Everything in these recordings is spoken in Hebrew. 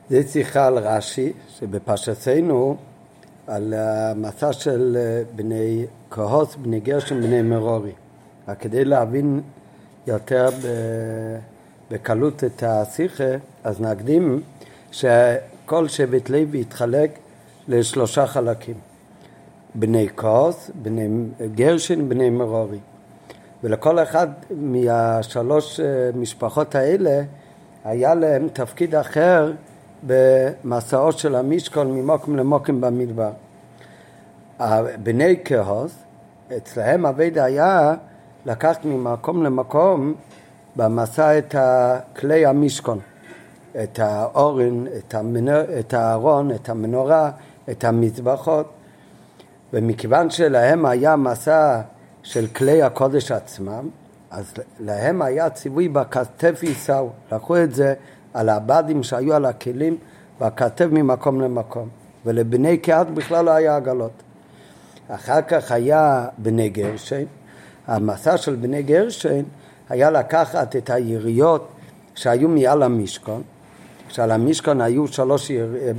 זה שיחה על רש"י, שבפרשתנו על המסע של בני קהות, בני גרשון, בני מרורי. כדי להבין יותר בקלות את השיחה, אז נקדים שכל שבט לוי התחלק לשלושה חלקים. בני קהות, בני גרשון, בני מרורי. ולכל אחד מהשלוש משפחות האלה היה להם תפקיד אחר במסעות של המשכון ממוקם למוקם במדבר. בני קהות, אצלהם העבודה היה לקחת ממקום למקום במסע את כלי המשכון, את האורן, את הארון, את המנורה, את המזבחות. ומכיוון שלהם היה מסע של כלי הקודש עצמם, אז להם היה ציווי בכתף יישאו. לקחו את זה על הבדים שהיו על הכלים והכתף ממקום למקום. ולבני קהת בכלל לא היה עגלות. אחר כך היה בני גרשון. המסע של בני גרשון היה לקחת את היריות שהיו מעל המשכון. שעל המשכון היו שלוש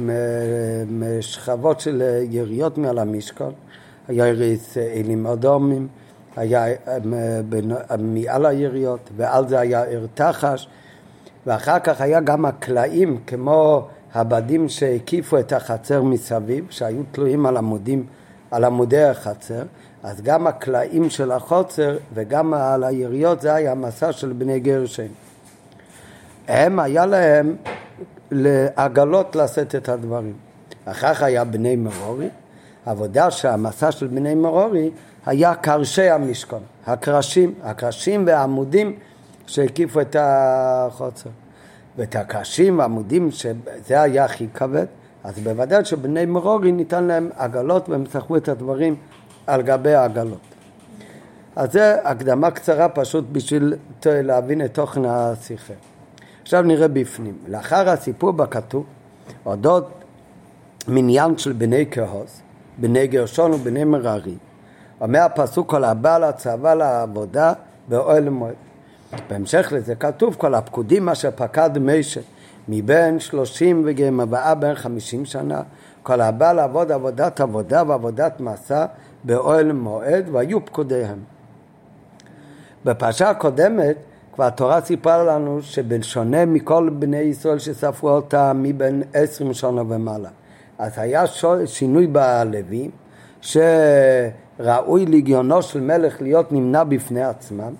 שכבות של יריות מעל המשכון. היה יריס אלים אדומים, היה מעל היריות, ועל זה היה תחש, ואחר כך היה גם הקלעים, כמו הבדים שהקיפו את החצר מסביב, שהיו תלויים על עמודי החצר, אז גם הקלעים של החוצר וגם על היריות, זה היה המסע של בני גרשון. הם היה להם לעגלות לעשות את הדברים. אחר כך היה בני מרורי, העבודה שהמסע של בני מרורי היה קרשי המשכון, הקרשים והעמודים שהקיפו את החוצר. ואת הקרשים והעמודים, שזה היה הכי כבד, אז בוודאי שבני מרורי ניתן להם עגלות והם שחקו את הדברים על גבי העגלות. אז זה הקדמה קצרה פשוט בשביל להבין את תוכן השיחה. עכשיו נראה בפנים. לאחר הסיפור בכתוב, אודות מניין של בני קהות, בני גרשון ובני מרורי, אומר הפסוק כל הבא לצבא לעבודה באוהל מועד. בהמשך לזה כתוב כל הפקודים אשר פקד משה מבין 30 וגם הבאה בין 50 שנה, כל הבא לעבוד עבודת עבודה ועבודת מסע באוהל מועד והיו פקודיהם. בפרשה הקודמת כבר התורה סיפרה לנו שבשונה מכל בני ישראל שספרו אותה מבין 20 שנה ומעלה, אז היה שינוי בלוי שראוי לגיונו של מלך להיות נמנע בפני עצמם,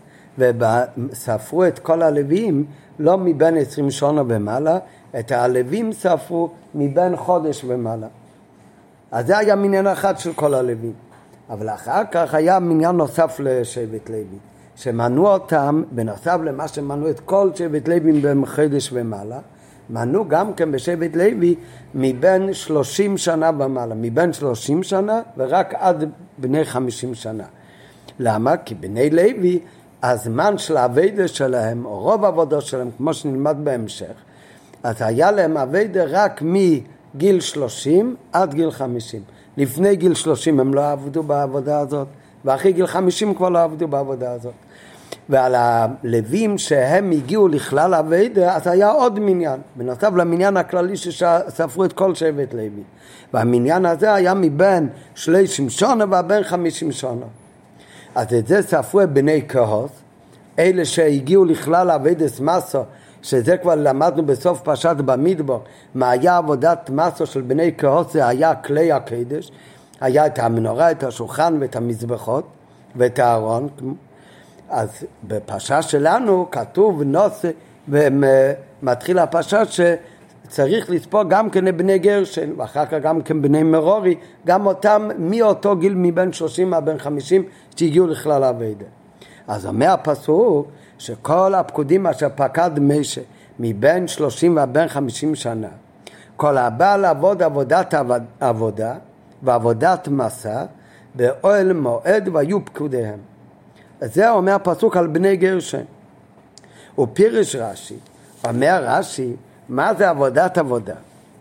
וספרו את כל הלוויים לא מבין 20 שנה ומעלה, את הלוויים ספרו מבין חודש ומעלה. אז זה היה מניין אחד של כל הלוויים. אבל אחר כך היה מניין נוסף לשבט לוי, שמנו אותם בנוסף למה שמנו את כל שבט לוי בחודש ומעלה, מנו גם כן בשבט לוי מבין 30 שנה ומעלה, מבין 30 שנה ורק עד בני 50 שנה. למה? כי בני לוי הזמן של העבודה שלהם, או רוב העבודה שלהם, כמו שנלמד בהמשך, אז היה להם עבודה רק מגיל 30 עד גיל 50. לפני גיל 30 הם לא עבדו בעבודה הזאת, ואחרי גיל 50 כבר לא עבדו בעבודה הזאת. ועל הלווים שהם הגיעו לכלל עבודה, אז היה עוד מניין, בנוסף למניין הכללי שספרו את כל שבט לוי. והמניין הזה היה מבין 30 שנה ובין 50 שנה. אז את זה ספרו את בני קהות, אלה שהגיעו לכלל עבודת מסע, שזה כבר למדנו בסוף פרשת במדבר, מה היה עבודת מסע של בני קהות, זה היה כלי הקודש, היה את המנורה, את השולחן ואת המזבחות ואת הארון. אז בפרשה שלנו כתוב נושא, ומתחיל הפרשה שצריך לספור גם כן בני גרשון, ואחר כך גם כן בני מרורי, גם אותם מאותו גיל מבין 30 עד בין 50 שהגיעו לכלל העבודה. אז אומר הפסוק שכל הפקודים אשר פקד משה מבין 30 ועד בין 50 שנה, כל הבא לעבוד עבודת עבודה ועבודת מסע באוהל מועד והיו פקודיהם. זה אומר הפסוק על בני גרשון. ופירש רש"י, אומר רש"י, מה זה עבודת עבודה?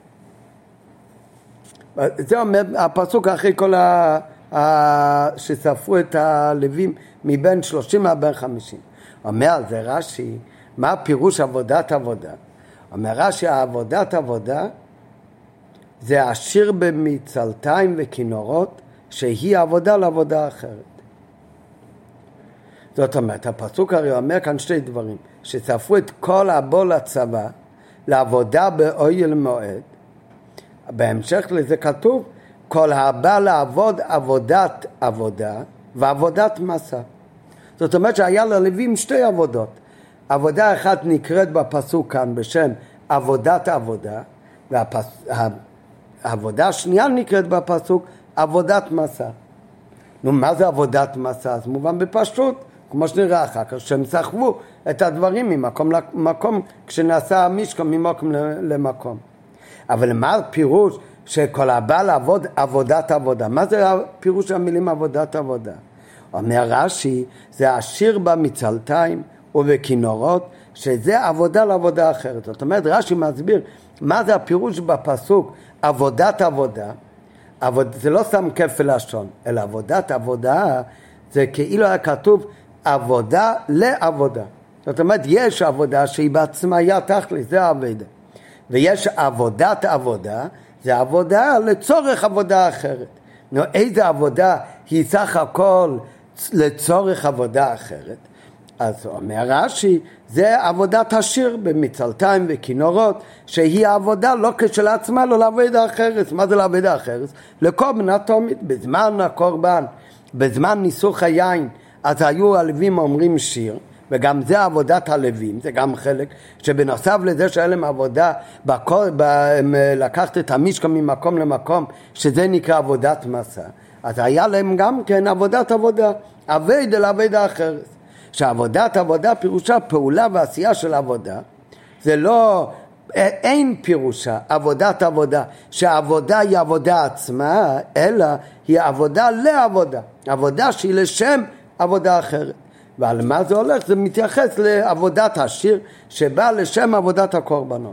זה אומר הפסוק אחרי כל שספרו את הלווים מבין 30 עד בין 50. אומר זה רש"י, מה פירוש עבודת עבודה? אומר רש"י, עבודת עבודה זה השיר במצלתיים וכינורות, שהיא עבודה לעבודה אחרת. זאת אומרת, הפסוק הרי אומר כאן שתי דברים, שצפו את כל הבוא לצבא, לעבודה באוהל מועד. בהמשך לזה כתוב, כל הבא לעבוד עבודת עבודה ועבודת מסע. זאת אומרת שהיה ללווים שתי עבודות. עבודה אחת נקראת בפסוק כאן בשם עבודת עבודה, והעבודה השנייה נקראת בפסוק עבודת מסע. נו, מה זה עבודת מסע? אז מובן בפשוט, כמו שנראה אחר כך, שהם סחבו את הדברים ממקום למקום, כשנעשה המשכן ממקום למקום. אבל מה הפירוש שכל הבא לעבוד עבודת עבודה? מה זה הפירוש המילים עבודת עבודה? אומר רש"י, זה השיר במצלתיים ובכינורות, שזה עבודה לעבודה אחרת. זאת אומרת, רש"י מסביר מה זה הפירוש בפסוק עבודת עבודה. זה לא סתם כפל לשון, אלא עבודת עבודה זה כאילו היה כתוב עבודה לעבודה. זאת אומרת, יש עבודה שהיא בעצמה היה תכלית, זה העבודה. ויש עבודת עבודה, זה עבודה לצורך עבודה אחרת. נו, איזה עבודה היא סך הכל לצורך עבודה אחרת? אז אומר רש"י, זה עבודת השיר במצלתיים וכינורות, שהיא העבודה לא כשלעצמה, לא לעבודה אחרת. מה זה לעבודה אחרת? לקורבן התמיד, בזמן הקורבן, בזמן ניסוך היין, אז היו הלווים אומרים שיר, וגם זה עבודת הלווים, זה גם חלק, שבנוסף לזה שהיה להם עבודה, לקחת את המשכן ממקום למקום, שזה נקרא עבודת מסע, אז היה להם גם כן עבודת עבודה, עבודה לעבודה אחרת. שעבודת עבודה פירושה פעולה ועשייה של עבודה, זה לא, אין פירושה עבודת עבודה, שהעבודה היא עבודה עצמה, אלא היא עבודה לעבודה, עבודה שהיא לשם עבודה אחרת. ועל מה זה הולך? זה מתייחס לעבודת השיר שבא לשם עבודת הקורבנות.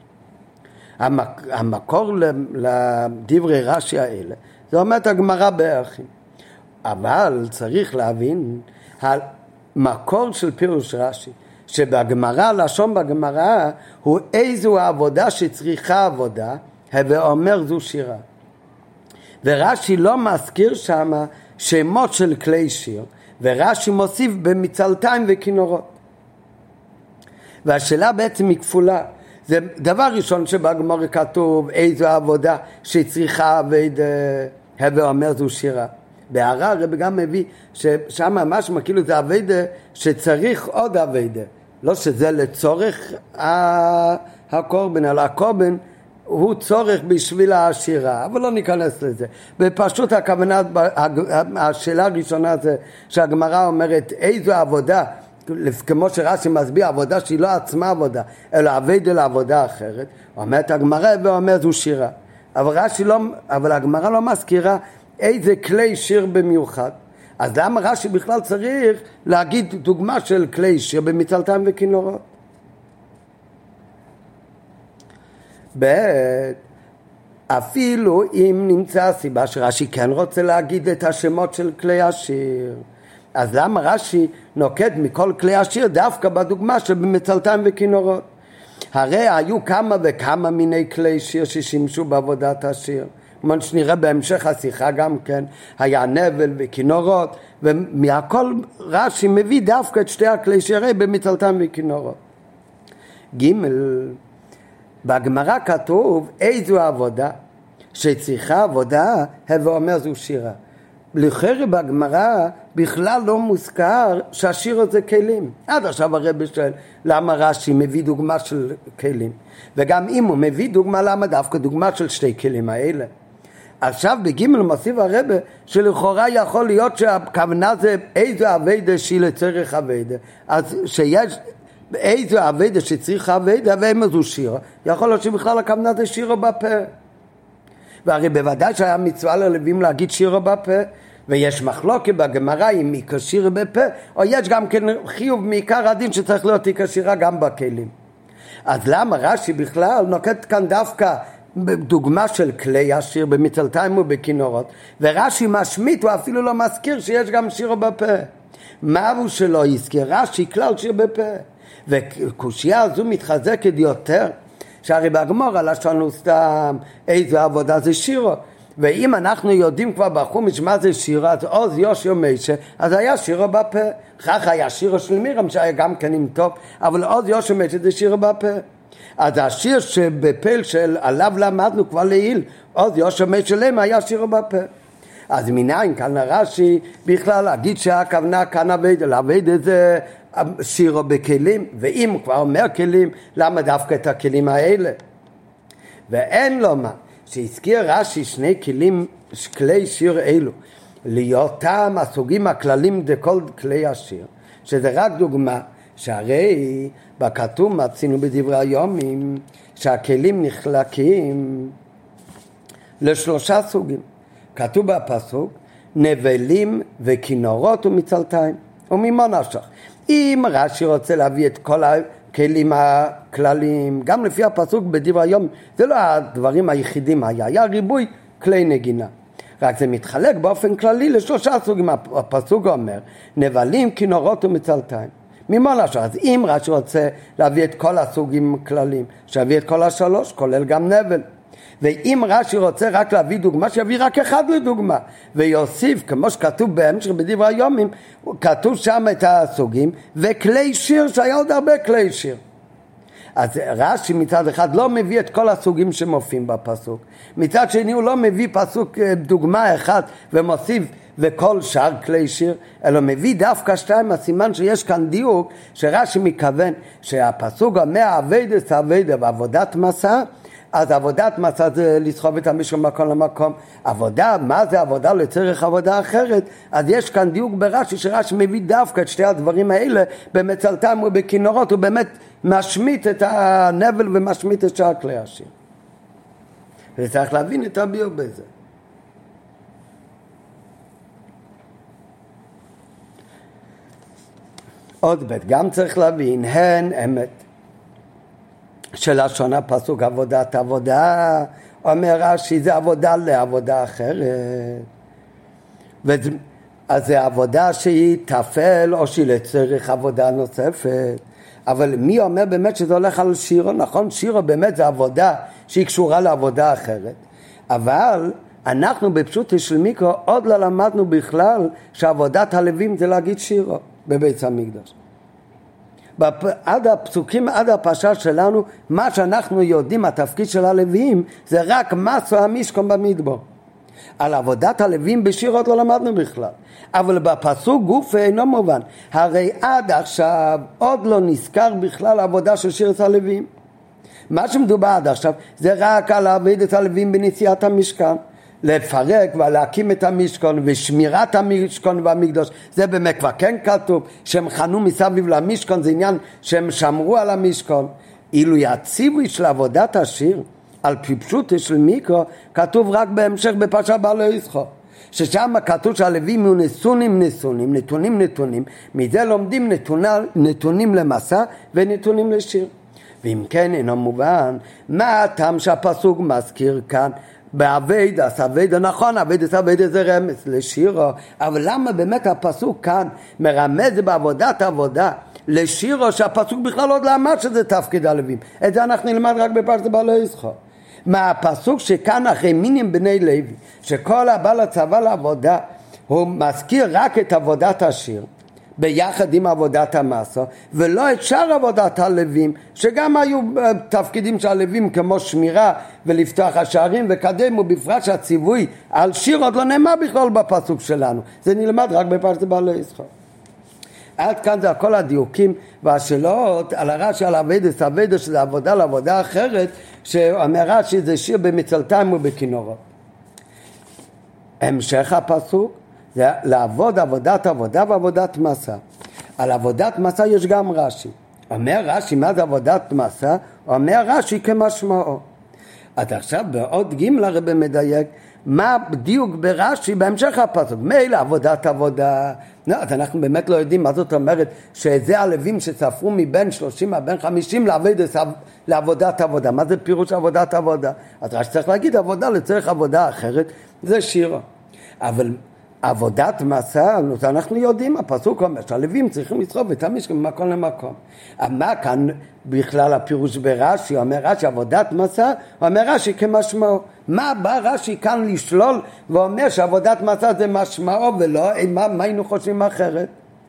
המקור לדברי רש"י האלה, זה אומרת הגמרא בערכים. אבל צריך להבין, המקור של פירוש רש"י, שבגמרא, לשון בגמרא, הוא איזו העבודה שצריכה עבודה, ואומר זו שירה. ורש"י לא מזכיר שם שמות של כלי שיר, ורש"י מוסיף במצלתיים וכינורות. והשאלה בעצם היא כפולה. זה דבר ראשון שבגמרא כתוב איזו עבודה שצריכה ואומר זו שירה. בהערה הרב גם מביא ששם משמע כאילו זה עבודה שצריך עוד עבודה. לא שזה לצורך הקורבן, אלא הקורבן הוא צורך בשביל השירה, אבל לא ניכנס לזה. ופשוט הכוונה, השאלה הראשונה זה שהגמרא אומרת איזו עבודה, כמו שרש"י מסביר, עבודה שהיא לא עצמה עבודה, אלא עבודה לעבודה אחרת, אומרת הגמרא ואומרת זו שירה. אבל הגמרא לא מזכירה איזה כלי שיר במיוחד. אז למה רש"י בכלל צריך להגיד דוגמה של כלי שיר במצלתיים וכינורות? אפילו אם נמצא הסיבה שרש"י כן רוצה להגיד את השמות של כלי השיר, אז למה רש"י נוקט מכל כלי השיר דווקא בדוגמה שבמצלתיים וכינורות? הרי היו כמה וכמה מיני כלי שיר ששימשו בעבודת השיר, כמו שנראה בהמשך השיחה גם כן, היה נבל וכינורות, ומהכל רש"י מביא דווקא את שתי הכלי שירי במצלתיים וכינורות. ג' בגמרא כתוב איזו עבודה שצריכה עבודה, ואומר זו שירה. לכן בגמרא בכלל לא מוזכר שהשיר הזה כלים. עד עכשיו הרב שואל למה רש"י מביא דוגמה של כלים, וגם אם הוא מביא דוגמה, למה דווקא דוגמה של שתי כלים האלה? עכשיו בג' מוסיף הרב שלכאורה יכול להיות שהכוונה זה איזו עבודה שהיא לצורך עבודה, אז שיש איזו עבודה שצריך עבודה ואין זו שירה, יכול להיות שבכלל הכוונה זה שירה בפה. והרי בוודאי שהיה מצווה ללווים להגיד שירה בפה, ויש מחלוקת בגמרא אם היא כשירה בפה, או יש גם כן חיוב מעיקר הדין שצריך להיות היא כשירה גם בכלים. אז למה רש"י בכלל נוקט כאן דווקא דוגמה של כלי השיר במצלתיים ובכינורות, ורש"י משמיט, הוא אפילו לא מזכיר שיש גם שירה בפה? מה הוא שלא יזכיר? רש"י כלל שיר בפה. וקושייה הזו מתחזקת יותר שהרי בגמור הלשון הוא סתם איזו עבודה זה שירו, ואם אנחנו יודעים כבר בחומש מה זה שירו, אז עוז יושר משה, אז היה שירו בפה, כך היה שירו של מירם שהיה גם כן עם טוב, אבל עוז יושר משה זה שירו בפה. אז השיר שבפל של עליו למדנו כבר לעיל, עוז יושר משה למה היה שירו בפה. אז מניין כאן הרש"י בכלל להגיד שהכוונה כאן לעבד את זה שירו בכלים, ואם הוא כבר אומר כלים, למה דווקא את הכלים האלה? ואין לו מה, שהזכיר רש"י שני כלי שיר אלו, להיותם הסוגים הכללים דכל כלי השיר, שזה רק דוגמה, שהרי בכתוב מצינו בדברי היומים, שהכלים נחלקים לשלושה סוגים. כתוב בפסוק, נבלים וכינורות ומצלתיים, וממה נפשך. אם רש"י רוצה להביא את כל הכלים הכלליים, גם לפי הפסוק בדברי היומים, זה לא הדברים היחידים, היה ריבוי כלי נגינה. רק זה מתחלק באופן כללי לשלושה סוגים. הפסוק אומר, נבלים, כינורות ומצלתיים. ממה נפשך? אז אם רש"י רוצה להביא את כל הסוגים הכלליים, שיביא את כל השלוש, כולל גם נבל. ואם רש"י רוצה רק להביא דוגמה, שיביא רק אחד לדוגמה, ויוסיף, כמו שכתוב בהמשך בדברי היומים, כתוב שם את הסוגים, וכלי שיר, שהיה עוד הרבה כלי שיר. אז רש"י מצד אחד לא מביא את כל הסוגים שמופיעים בפסוק, מצד שני הוא לא מביא פסוק דוגמה אחת ומוסיף וכל שאר כלי שיר, אלא מביא דווקא שתיים, הסימן שיש כאן דיוק, שרש"י מכוון שהפסוק אומר עבודת עבודה ועבודת מסע, אז עבודת מסע זה לסחוב את המשכן מקום למקום. עבודה, מה זה עבודה לצורך עבודה אחרת? אז יש כאן דיוק ברש"י, שרש"י מביא דווקא את שתי הדברים האלה, במצלתם ובכינורות, הוא באמת משמיט את הנבל ומשמיט את שאר כלי השיר. וצריך להבין את הביור בזה. עוד בית, גם צריך להבין, הן אמת. שלשון הפסוק עבודת עבודה, אומר רש"י זה עבודה לעבודה אחרת, אז זה עבודה שהיא תפל או שהיא לצורך עבודה נוספת. אבל מי אומר באמת שזה הולך על שירו? נכון, שירו באמת זה עבודה שהיא קשורה לעבודה אחרת, אבל אנחנו בפשוט של מיקרו עוד לא למדנו בכלל שעבודת הלווים זה להגיד שירו בבית המקדש. עד הפסוקים, עד הפרשה שלנו, מה שאנחנו יודעים, התפקיד של הלווים, זה רק מסו המשכן במדבר. על עבודת הלווים בשיר עוד לא למדנו בכלל. אבל בפסוק גוף אינו מובן. הרי עד עכשיו עוד לא נזכר בכלל עבודה של שירת הלווים. מה שמדובר עד עכשיו, זה רק על עבודת הלווים בנשיאת המשכן. לפרק ולהקים את המשכן ושמירת המשכן והמקדש, זה באמת כבר כן כתוב שהם חנו מסביב למשכן, זה עניין שהם שמרו על המשכן. אילו יציבו של עבודת השיר על פי פשוט של מיקרו, כתוב רק בהמשך בפרשת בעלי ישחו, ששם כתוב שהלווים יהיו נתונים, מזה לומדים נתונים למסע ונתונים לשיר. ואם כן אינו מובן, מה הטעם שהפסוק מזכיר כאן בעבודה, עבודה נכון, עבודה זה רמז לשירו, אבל למה באמת הפסוק כאן מרמז בעבודת עבודה לשירו, שהפסוק בכלל עוד למד שזה תפקיד הלווים? את זה אנחנו נלמד רק בפרשת בעלי ישחו. מהפסוק שכאן אחרי מינים בני לוי, שכל הבעל הצבא לעבודה, הוא מזכיר רק את עבודת השיר, ביחד עם עבודת המסע, ולא את שאר עבודת הלווים, שגם היו תפקידים של הלווים כמו שמירה ולפתוח השערים וקדם, ובפרט שהציווי על שיר עוד לא נאמר בכלל בפסוק שלנו, זה נלמד רק בפרשת בעלי ישחו. עד כאן זה כל הדיוקים והשאלות על הרש"י על עבודה שזה עבודה לעבודה אחרת, שאומר רש"י זה שיר במצלתיים ובכינורות. המשך הפסוק זה לעבוד עבודת עבודה ועבודת מסע. על עבודת מסע יש גם רש"י. אומר רש"י מה זה עבודת מסע? אומר רש"י כמשמעו. אז עכשיו בעוד ג' הרב מדייק מה בדיוק ברש"י בהמשך הפסוק. מילא עבודת עבודה, אז אנחנו באמת לא יודעים מה זאת אומרת שזה הלווים שספרו מבין 30 בין 50 לעבודת עבודה. מה זה פירוש עבודת עבודה? אז רש"י צריך להגיד עבודה לצורך עבודה אחרת, זה שירו. אבל עבודת מסע, אנחנו יודעים, הפסוק אומר שהלווים צריכים לצרוף את המשכן ממקום למקום. מה כאן בכלל הפירוש ברש"י? אומר רש"י עבודת מסע, אומר רש"י כמשמעו. מה בא רש"י כאן לשלול ואומר שעבודת מסע זה משמעו ולא, מה היינו חושבים אחרת?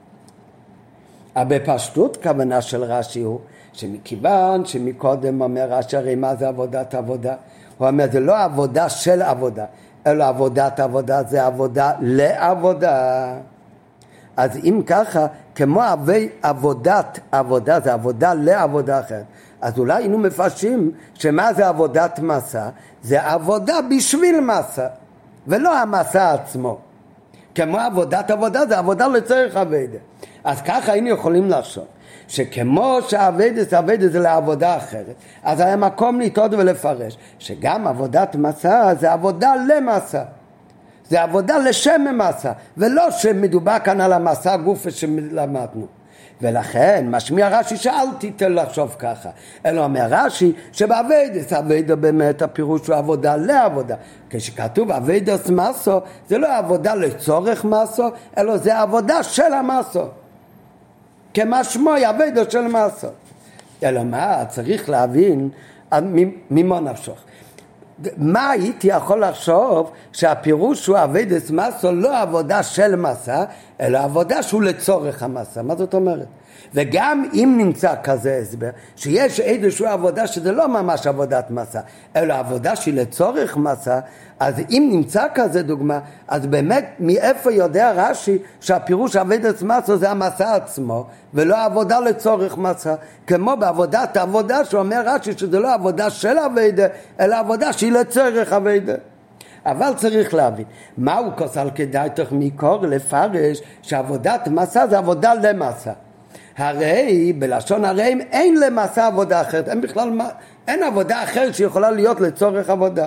בפשטות כוונה של רש"י הוא שמכיוון שמקודם אומר רש"י הרי מה זה עבודת עבודה? הוא אומר זה לא עבודה של עבודה, אלא עבודת עבודה זה עבודה לעבודה. אז אם ככה, כמו עבודת עבודה זה עבודה לעבודה אחרת, אז אולי היינו מפרשים שמה זה עבודת מסע? זה עבודה בשביל מסע, ולא המסע עצמו. כמו עבודת עבודה זה עבודה לצורך עבודה. אז ככה היינו יכולים לחשוב שכמו שהעבודה זה לעבודה אחרת, אז היה מקום לטעות ולפרש שגם עבודת מסע זה עבודה למסע, זה עבודה לשם מסע, ולא שמדובר כאן על המסע גוף שלמדנו. ולכן משמיע רש"י שאל תיתן לחשוב ככה, אלא אומר רש"י שבעבודה באמת הפירוש הוא עבודה לעבודה. כשכתוב עבודה מסו זה לא עבודה לצורך מסו, אלא זה עבודה של המסו, כמשמעו עבודה של מסו. אלא מה? צריך להבין ממה נפשוך. מה הייתי יכול לחשוב שהפירוש הוא עבודה מסו לא עבודה של מסע, אלא עבודה שהוא לצורך המסע. מה זאת אומרת? וגם אם נמצא כזה הסבר שיש איזושהי עבודה שזה לא ממש עבודת מסע, אלא עבודה שהיא לצורך מסע, אז אם נמצא כזה דוגמה, אז באמת מאיפה יודע רש"י שהפירוש עבודת מסע זה המסע עצמו ולא עבודה לצורך מסע? כמו בעבודת העבודה שאומר רש"י שזה לא עבודה של עבודה, אלא עבודה שהיא לצורך עבודה. אבל צריך להבין מהו כוסל כדאי תוך מקור לפרש שעבודת מסע זה עבודה למסע. הרי בלשון הרי אין למסע עבודה אחרת, אין עבודה אחרת שיכולה להיות לצורך עבודה.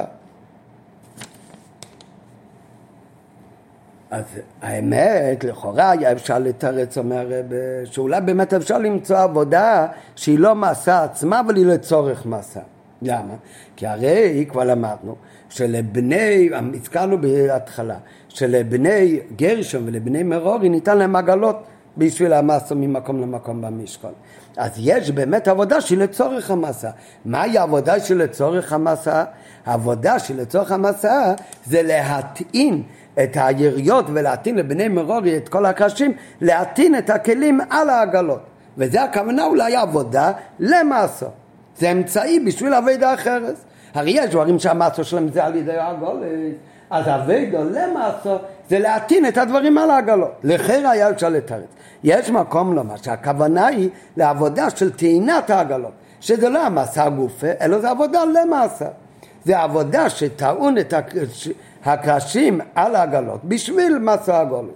אז האמת לכאורה היה אפשר לתרץ, אומר שאולי באמת אפשר למצוא עבודה שהיא לא מסע עצמה אבל היא לצורך מסע. למה? כי הרי כבר למדנו שלבני, הזכרנו בהתחלה, שלבני גרשום ולבני מרורי ניתן להם עגלות בשביל המסע ממקום למקום במשכן. אז יש באמת עבודה שהיא לצורך המסע. מהי העבודה שהיא לצורך המסע? העבודה שהיא לצורך המסע זה להטעין את היריות ולהטעין לבני מרורי את כל הקרשים, להטעין את הכלים על העגלות. וזה הכוונה אולי עבודה למסע. זה אמצעי בשביל עבודה אחרת. הרי יש דברים שהמסע שלהם זה על ידי העגלות, אז עבודה למסע זה להטעין את הדברים על העגלות. לכן היה אפשר לתרץ. יש מקום לומר שהכוונה היא לעבודה של טעינת העגלות, שזה לא המסע הגופה, אלא זה עבודה למסע. זה עבודה שטעון את הקרשים על העגלות בשביל מסע הגולוס.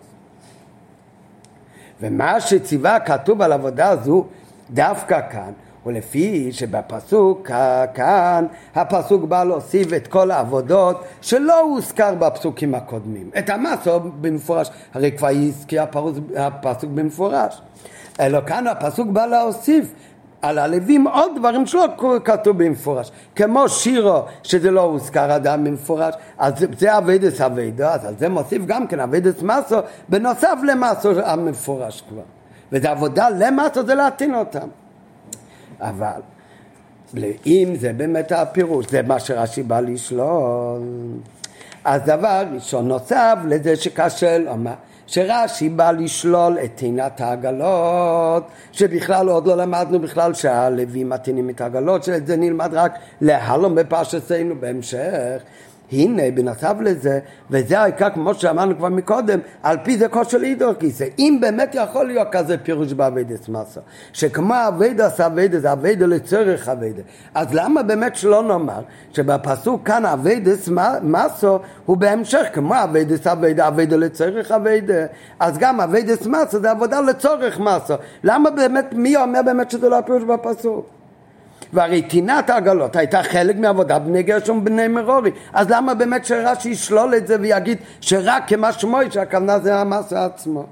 ומה שציווה כתוב על עבודה הזו דווקא כאן, ולפי שבפסוק כאן הפסוק בא להוסיף את כל העבודות שלא הוזכר בפסוקים הקודמים. את המסע במפורש, הרי כבר הזכיר הפסוק במפורש. אלא כאן הפסוק בא להוסיף על הלווים עוד דברים שלא כתוב במפורש, כמו שירו שזה לא הוזכר עדיין במפורש, אז זה עבודת עבודה, אז זה מוסיף גם כן עבודת מסע בנוסף למסע המפורש כבר. וזה עבודה למסע זה להטעין אותם. אבל אם זה באמת הפירוש, זה מה שרש"י בא לשלול, אז דבר ראשון נוסף לזה שקשה לומר שרש"י בא לשלול את טעינת העגלות, שבכלל עוד לא למדנו בכלל שהלווים מטעינים את העגלות, שזה נלמד רק להלום בפרשתנו בהמשך. הנה בנוסף לזה, וזה העיקר כמו שאמרנו כבר מקודם, על פי זה כושר להידור כיסא. אם באמת יכול להיות כזה פירוש בעבודת מסע, שכמו עבודת עבודה זה עבודה לצורך עבודה, אז למה באמת שלא נאמר שבפסוק כאן עבודת מסע הוא בהמשך כמו עבודת עבודה, עבודה לצורך עבודה, אז גם עבודת מסע זה עבודה לצורך מסע. למה באמת, מי אומר באמת שזה לא הפירוש בפסוק? והרי טעינת העגלות הייתה חלק מעבודה בני גרשום ובני מרורי, אז למה באמת שרש"י ישלול את זה ויגיד שרק כמשמעו שהכוונה זה המסע עצמו?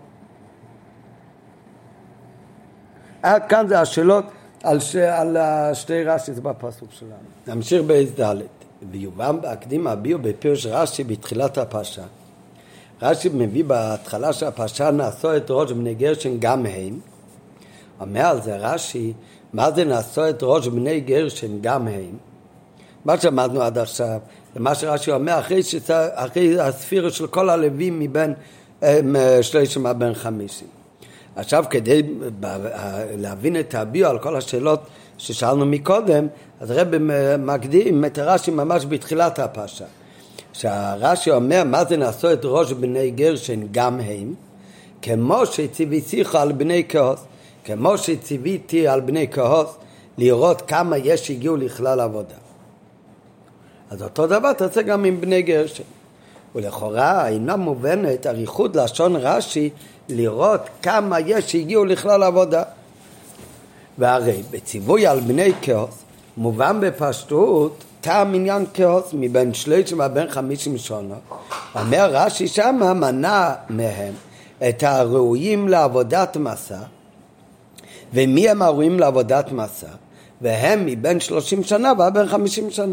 עד כאן זה השאלות על שתי רש"י זה בפסוק שלנו. נמשיך בד' ויובן בהקדים הביאו בפירוש רש"י בתחילת הפרשה, רש"י מביא בהתחלה של הפרשה נעשו את ראש בני גרשן גם הם. אומר על זה רש"י, מה זה נעשו את ראש בני גרשן גם הם? מה שמענו עד עכשיו, זה מה שרש"י אומר אחרי הספירה של כל הלווים מבין 30 עד 50. עכשיו כדי להבין את הביו על כל השאלות ששאלנו מקודם, אז רבי מקדים את רש"י ממש בתחילת הפרשה. שהרש"י אומר מה זה נעשו את ראש בני גרשן גם הם, כמו שציוויתיך על בני כהוס, כמו שציוויתי על בני כהוס, לראות כמה יש שהגיעו לכלל עבודה. אז אותו דבר תעשה גם עם בני גרשן. ולכאורה אינה מובנת אריכות לשון רש"י לראות כמה יש שהגיעו לכלל עבודה. והרי בציווי על בני כהוס מובן בפשטות טעם עניין כהוס מבין 30 עד 50 שנה. אומר רש"י שמה מנע מהם את הראויים לעבודת מסע. ומי הם הראויים לעבודת מסע? והם מבין 30 שנה ועד 50 שנה.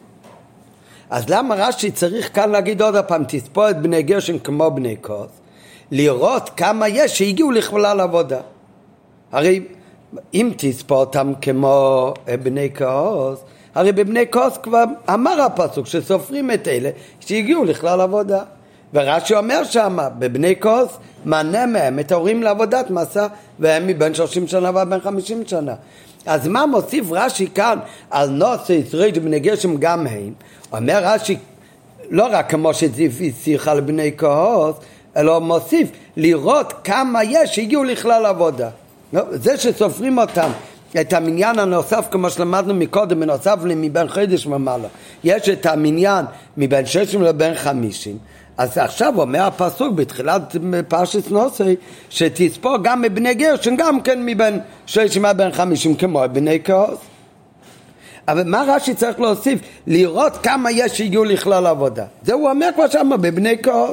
אז למה רש"י צריך כאן להגיד עוד הפעם תספור את בני גרשן כמו בני כהוס, לראות כמה יש שהגיעו לכלל עבודה? הרי אם תספור אותם כמו בני כהוס, הרי בבני כהוס כבר אמר הפסוק שסופרים את אלה שהגיעו לכלל עבודה. ורש"י אומר שמה בבני כהוס מנה מהם את ההורים לעבודת מסע, והם מבין 30 שנה ועד 50 שנה. אז מה מוסיף רש"י כאן על נושא ישראל בני גרשם גם הם? אומר רש"י לא רק כמו שציוויתיך על בני כהוס, אלא מוסיף לראות כמה יש שהגיעו לכלל עבודה. זה שסופרים אותם את המניין הנוסף כמו שלמדנו מקודם, בנוסף מבין חודש ומעלה יש את המניין מבין 60 לבין 50. אז עכשיו אומר הפסוק בתחילת פרשת נושא שתספור גם מבני גרשן גם כן מבין 60 לבין 50 כמו בני כהוס. אבל מה רש"י צריך להוסיף? לראות כמה יש שהגיעו לכלל עבודה. זה הוא אומר כבר שמה בבני כהוס.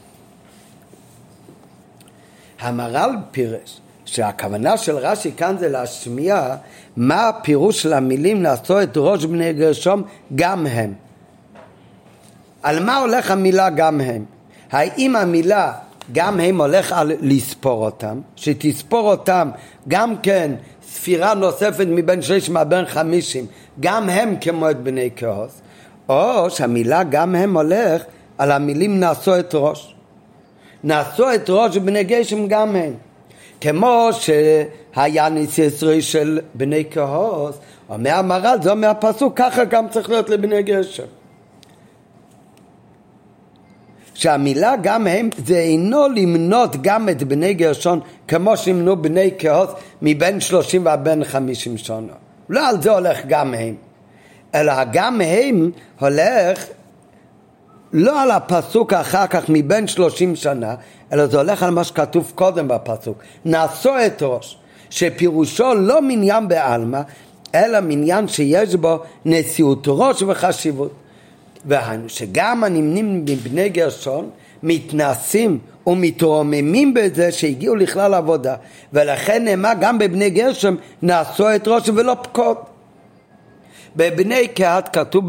המהר"ל פירש שהכוונה של רש"י כאן זה להשמיע מה הפירוש של המילים לעשות את ראש בני גרשום גם הם. על מה הולך המילה גם הם? האם המילה גם הם הולך על לספור אותם, שתספור אותם גם כן ספירה נוספת מבין 60 עד 50, גם הם כמו את בני כהוס, או שהמילה גם הם הולך על המילים נעשו את ראש. נעשו את ראש בני גרשם גם הם. כמו שהיה ניס ישראל של בני כהוס, אומר המהר"ל, זה אומר הפסוק, ככה גם צריך להיות לבני גרשם. שהמילה גם הם זה אינו למנות גם את בני גרשון כמו שימנו בני כהוס מבין 30 ועד 50 שנה. לא על זה הולך גם הם, אלא גם הם הולך לא על הפסוק אחר כך מבין 30 שנה, אלא זה הולך על מה שכתוב קודם בפסוק, נעשו את ראש, שפירושו לא מניין בעלמא, אלא מניין שיש בו נשיאות ראש וחשיבות. שגם הנמנים מבני גרשון מתנסים ומתרוממים בזה שהגיעו לכלל עבודה, ולכן נאמר גם בבני גרשם נעשו את ראש ולא פקוד. בבני קהת כתוב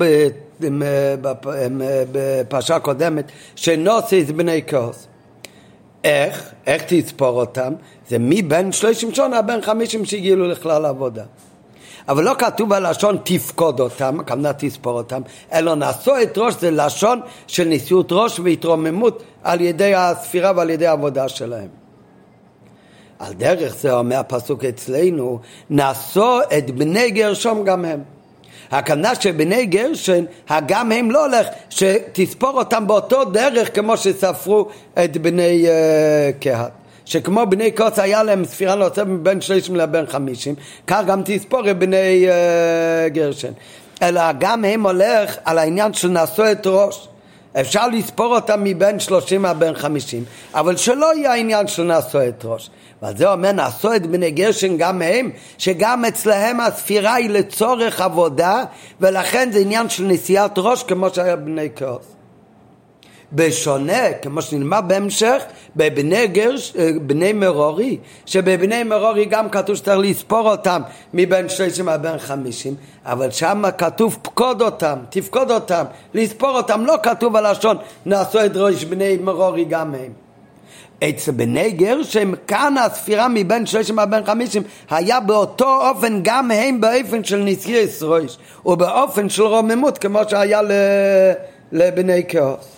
בפרשה קודמת שנושא את בני כהוס. איך תספור אותם? זה מבין 30 שנה בין 50 שהגיעו לכלל עבודה. אבל לא כתוב בלשון תפקוד אותם, כמובן תספור אותם, אלא נעשו את ראש, זה לשון של נשיאות ראש והתרוממות על ידי הספירה ועל ידי העבודה שלהם. על דרך זה אומר הפסוק אצלנו, נעשו את בני גרשום גם הם. הכוונה שבני גרשן, הגם הם לא הולך, שתספור אותם באותו דרך כמו שספרו את בני קהת. שכמו בני כהוס היה להם ספירה נוספת מבין 30 לבין 50, כך גם תספור את בני גרשן. אלא גם הם הולך על העניין של נעשו את ראש. אפשר לספור אותם מבין 30 לבין 50, אבל שלא יהיה העניין של נעשו את ראש. ועל זה אומר נעשו את בני גרשן גם הם, שגם אצלהם הספירה היא לצורך עבודה, ולכן זה עניין של נשיאת ראש כמו שהיה בני כהוס. בשונה, כמו שנלמד בהמשך, בבני מרורי, שבבני מרורי גם כתוב שצריך לספור אותם מבין 30 עד בין 50, אבל שם כתוב פקוד אותם, תפקוד אותם, לספור אותם, לא כתוב הלשון, נעשו את ראש בני מרורי גם הם. אצל בני גרשם, כאן הספירה מבין 30 עד בין 50 היה באותו אופן גם הם באופן של נשיאס ראש, ובאופן של רוממות כמו שהיה לבני קהות.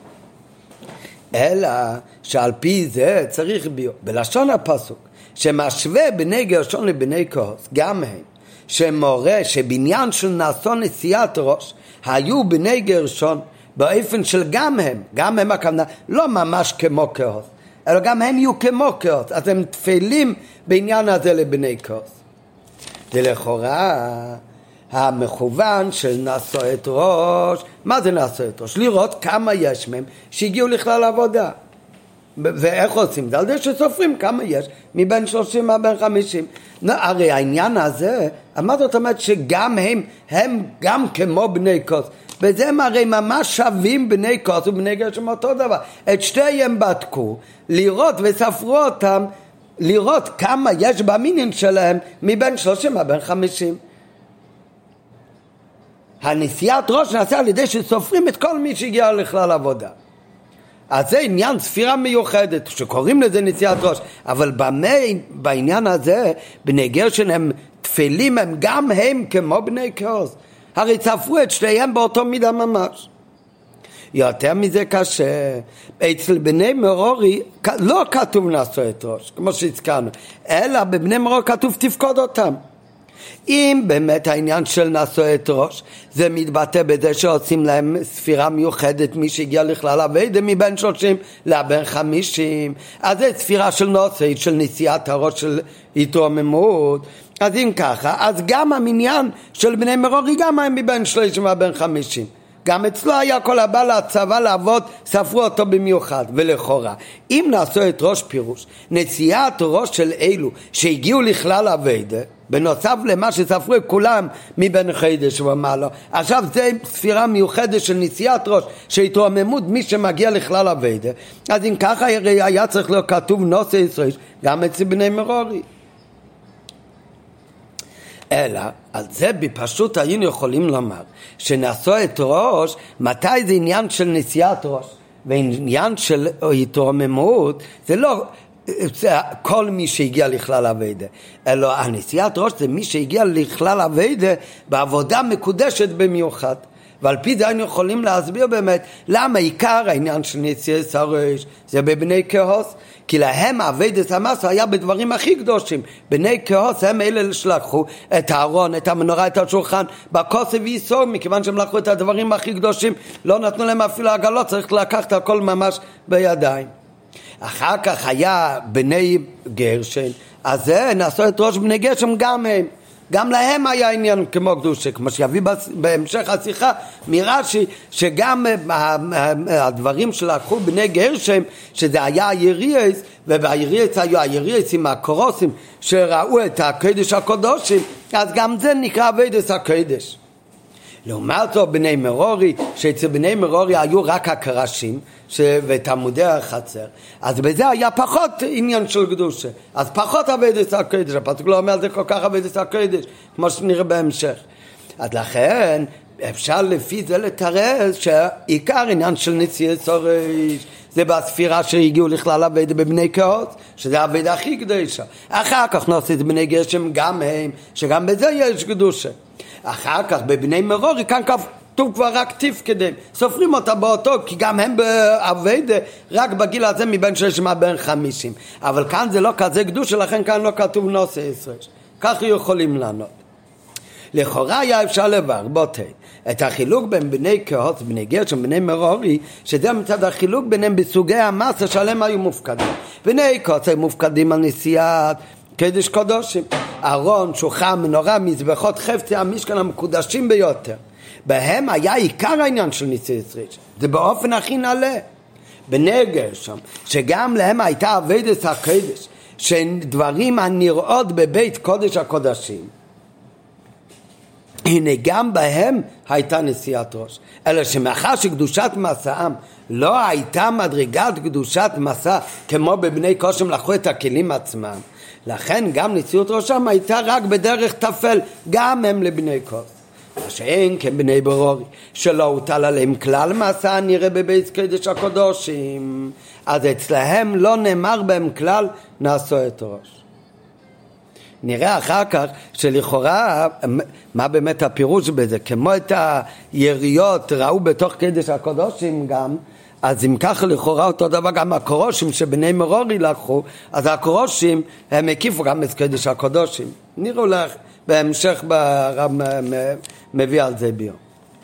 אלא שעל פי זה צריך ביור בלשון הפסוק שמשווה בני גרשון לבני קהות גם הם שמורה שבניין של נעשו נשיאת ראש היו בני גרשון באופן של גם הם הכוונה לא ממש כמו קהות אלא גם הם יהיו כמו קהות, אז הם תפלים בעניין הזה לבני קהות. ולכאורה המכוון של נעשו את ראש, מה זה נעשו את ראש? לראות כמה יש מהם שהגיעו לכלל עבודה. ואיך עושים? זה על זה שסופרים כמה יש מבין 30 עד בין 50. הרי העניין הזה, מה זאת אומרת שגם הם גם כמו בני קהות. וזה הם הרי ממש שווים בני קהות ובני גרשום אותו דבר. את שתיהם בדקו, לראות וספרו אותם, לראות כמה יש במינין שלהם מבין 30 עד בין 50. הנשיאת ראש נעשה על ידי שסופרים את כל מי שהגיע לכלל עבודה. אז זה עניין ספירה מיוחדת שקוראים לזה נשיאת ראש, אבל בעניין הזה בני גרשון הם תפלים, הם גם הם כמו בני קהות, הרי ספרו את שתיהם באותו מידה ממש. יותר מזה קשה, אצל בני מרורי לא כתוב נעשו את ראש כמו שהזכרנו, אלא בבני מרורי כתוב תפקוד אותם. אם באמת העניין של נעשו את ראש זה מתבטא בזה שעושים להם ספירה מיוחדת מי שהגיע לכלל עבודה מבין 30 לבין 50, אז זה ספירה של נושא של נשיאת הראש של התרוממות. אז אם ככה, אז גם המניין של בני מרורי גם הם מבין 30 לבין 50, גם אצלו היה כל הבא לצבא לעבוד, ספרו אותו במיוחד. ולכאורה אם נעשו את ראש פירוש נשיאת ראש של אלו שהגיעו לכלל עבודה בנוסף למה שספרו כולם מבין חידש ומעלה, עכשיו זה ספירה מיוחדת של נשיאת ראש שהתרוממות מי שמגיע לכלל עבודה, אז אם ככה היה צריך להיות כתוב נושא ישראל גם אצל בני מרורי. אלא על זה בפשוט היינו יכולים לומר שנעשו את ראש, מתי זה עניין של נשיאת ראש ועניין של התרוממות, זה לא כל מי שהגיע לכלל עבודה, אלא הנשיאת ראש זה מי שהגיע לכלל עבודה בעבודה מקודשת במיוחד. ועל פי זה היינו יכולים להסביר באמת למה עיקר העניין של נשיאת הראש זה בבני קהות, כי להם עבודת המסע היה בדברים הכי קדושים. בני קהות הם אלה שלקחו את הארון, את המנורה, את השולחן בכוסף ויסור, מכיוון שהם לקחו את הדברים הכי קדושים, לא נתנו להם אפילו עגלות, צריך לקחת הכל ממש בידיים. אחר כך היה בני גרשון, אז זה נעשו את ראש בני גרשון גם הם, גם להם היה עניין כמו קדושה, כמו שיביא בהמשך השיחה מרש"י, שגם הדברים שלקחו בני גרשון, שזה היה היריאס, ובהיריאס היו היריאס עם הקורוסים שראו את הקדש הקודשים, אז גם זה נקרא עבודת הקדש. לעומת זאת בני מרורי, שאצל בני מרורי היו רק הקרשים ותלמודי החצר, אז בזה היה פחות עניין של קדושה, אז פחות עבודת הקדש. הפסוק לא אומר זה כל כך עבודת הקדש כמו שנראה בהמשך. אז לכן אפשר לפי זה לתרץ שעיקר עניין של נשיאת הראש זה בספירה שהגיעו לכלל עבודה בבני קהות, שזה העבודה הכי קדושה. אחר כך נעשו את בני גרשון גם הם, שגם בזה יש קדושה. אחר כך בבני מרורי כאן כתוב כבר רק תפקדם, סופרים אותה באותו, כי גם הם בעבודה רק בגיל הזה מבין 30 עד בין 50, אבל כאן זה לא כזה קדוש, לכן כאן לא כתוב נושא ישראל. כך יכולים לענות. לכאורה היה אפשר לברבות את החילוק בין בני קהות ובני גרשון ובני מרורי, שזה מצד החילוק ביניהם בסוגי המסה שעליהם היו מופקדים. בני קהות היו מופקדים על נשיאת קדש קודשים, ארון, שולחן, מנורה, מזבחות, חפצי המשכן המקודשים ביותר. בהם היה עיקר העניין של נשיאת ראש, זה באופן הכי נעלה. בני גרשון, שגם להם הייתה עבודת הקדש, שדברים הנראות בבית קודש הקודשים, הנה גם בהם הייתה נשיאת ראש, אלא שמאחר שקדושת מסעם לא הייתה מדרגת קדושת מסע כמו בבני קושם לקחו את הכלים עצמם, לכן גם נשיאות ראשם הייתה רק בדרך תפל, גם הם לבני קוס. מה שאין כבני ברורי שלא הוטל עליהם כלל מסע נראה בבית קודש הקודשים, אז אצלהם לא נאמר בהם כלל נעשו את ראש. נראה אחר כך שלכאורה מה באמת הפירוש בזה, כמו את היריות ראו בתוך קודש הקודשים גם, אז אם ככה לכאורה אותו דבר גם הקורושים שבני מרורי לקחו, אז הקורושים הם הקיפו גם את קודש הקודשים. נראו לך בהמשך ברב מביא על זה ביור.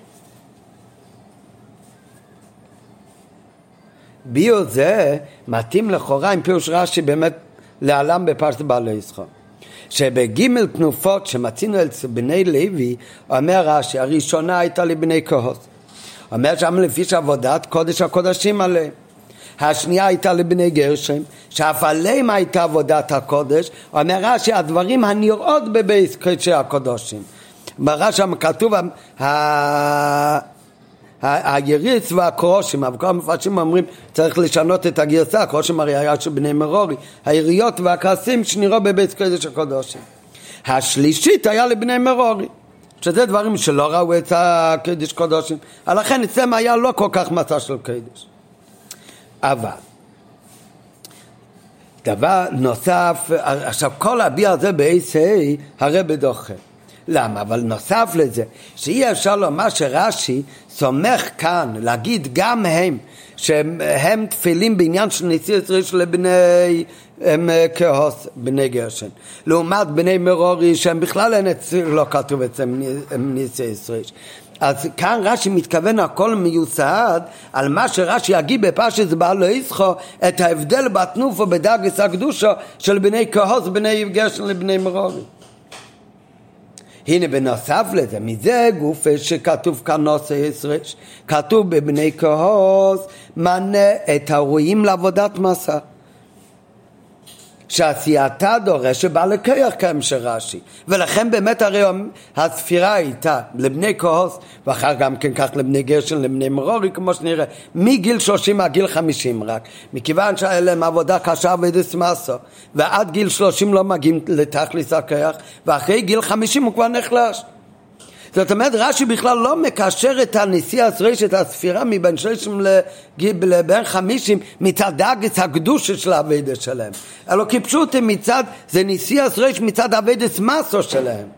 ביור זה מתאים לכאורה עם פירוש רש"י באמת לעלם בפרשת בעלי ישחר, שבגימל תנופות שמצינו אל בני לוי, אומר רש"י הראשונה הייתה לבני קהות, אומר שם לפי שעבודת קודש הקודשים עליהם. השנייה הייתה לבני גרשם, שאף עליהם הייתה עבודת הקודש. אומר רש"י הדברים הנראות בבית קודשי הקודשים. ברש"י כתוב היריץ והקרושים, אבל כל המפרשים אומרים צריך לשנות את הגרסה, הקרושים הרי היה של בני מרורי, היריות והכעסים שנראו בבית קודש הקודשים. השלישית היה לבני מרורי, שזה דברים שלא ראו את הקודש קודשים, לכן אצלם היה לא כל כך מצע של קודש. אבל דבר נוסף, עכשיו כל הביע הזה ב-ACA הרי בדוחה. למה? אבל נוסף לזה שאי אפשר לומר שרש"י סומך כאן להגיד גם שהם תפילים בעניין של נשיאת ראש לבני כהוס, בני גרשן, לעומת בני מרורי שהם בכלל לא כתוב אצלם נשיאת ראש. אז כאן רש"י מתכוון הכל מיוסד על מה שרש"י יגיד בפרשת בעלי ישחר, את ההבדל בתנוף ובדרגת הקדושה של בני כהוס, בני גרשן לבני מרורי. הנה בנוסף לזה, מזה גוף שכתוב כאן נשיאת ראש, כתוב בבני כהוס מנה את הרואים לעבודת מסע, שעשייתה דורש שבא לקייח כהמשך רש"י, ולכן באמת הרי הספירה הייתה לבני כהוס, ואחר גם כן כך לבני גרשן, לבני מרורי, כמו שנראה, מגיל 30 עד גיל 50 רק, מכיוון שהיה להם עבודה קשה עבודת מסע, ועד גיל 30 לא מגיעים לתכלס הקייח, ואחרי גיל 50 הוא כבר נחלש. זאת אומרת רש"י בכלל לא מקשר את הנשיאת ראש, את הספירה מבין 30 לבין 50 מצד דרגת הקדושה של העבודה שלהם, אלא כפשוט מצד זה נשיאת ראש מצד עבודת מסע שלהם,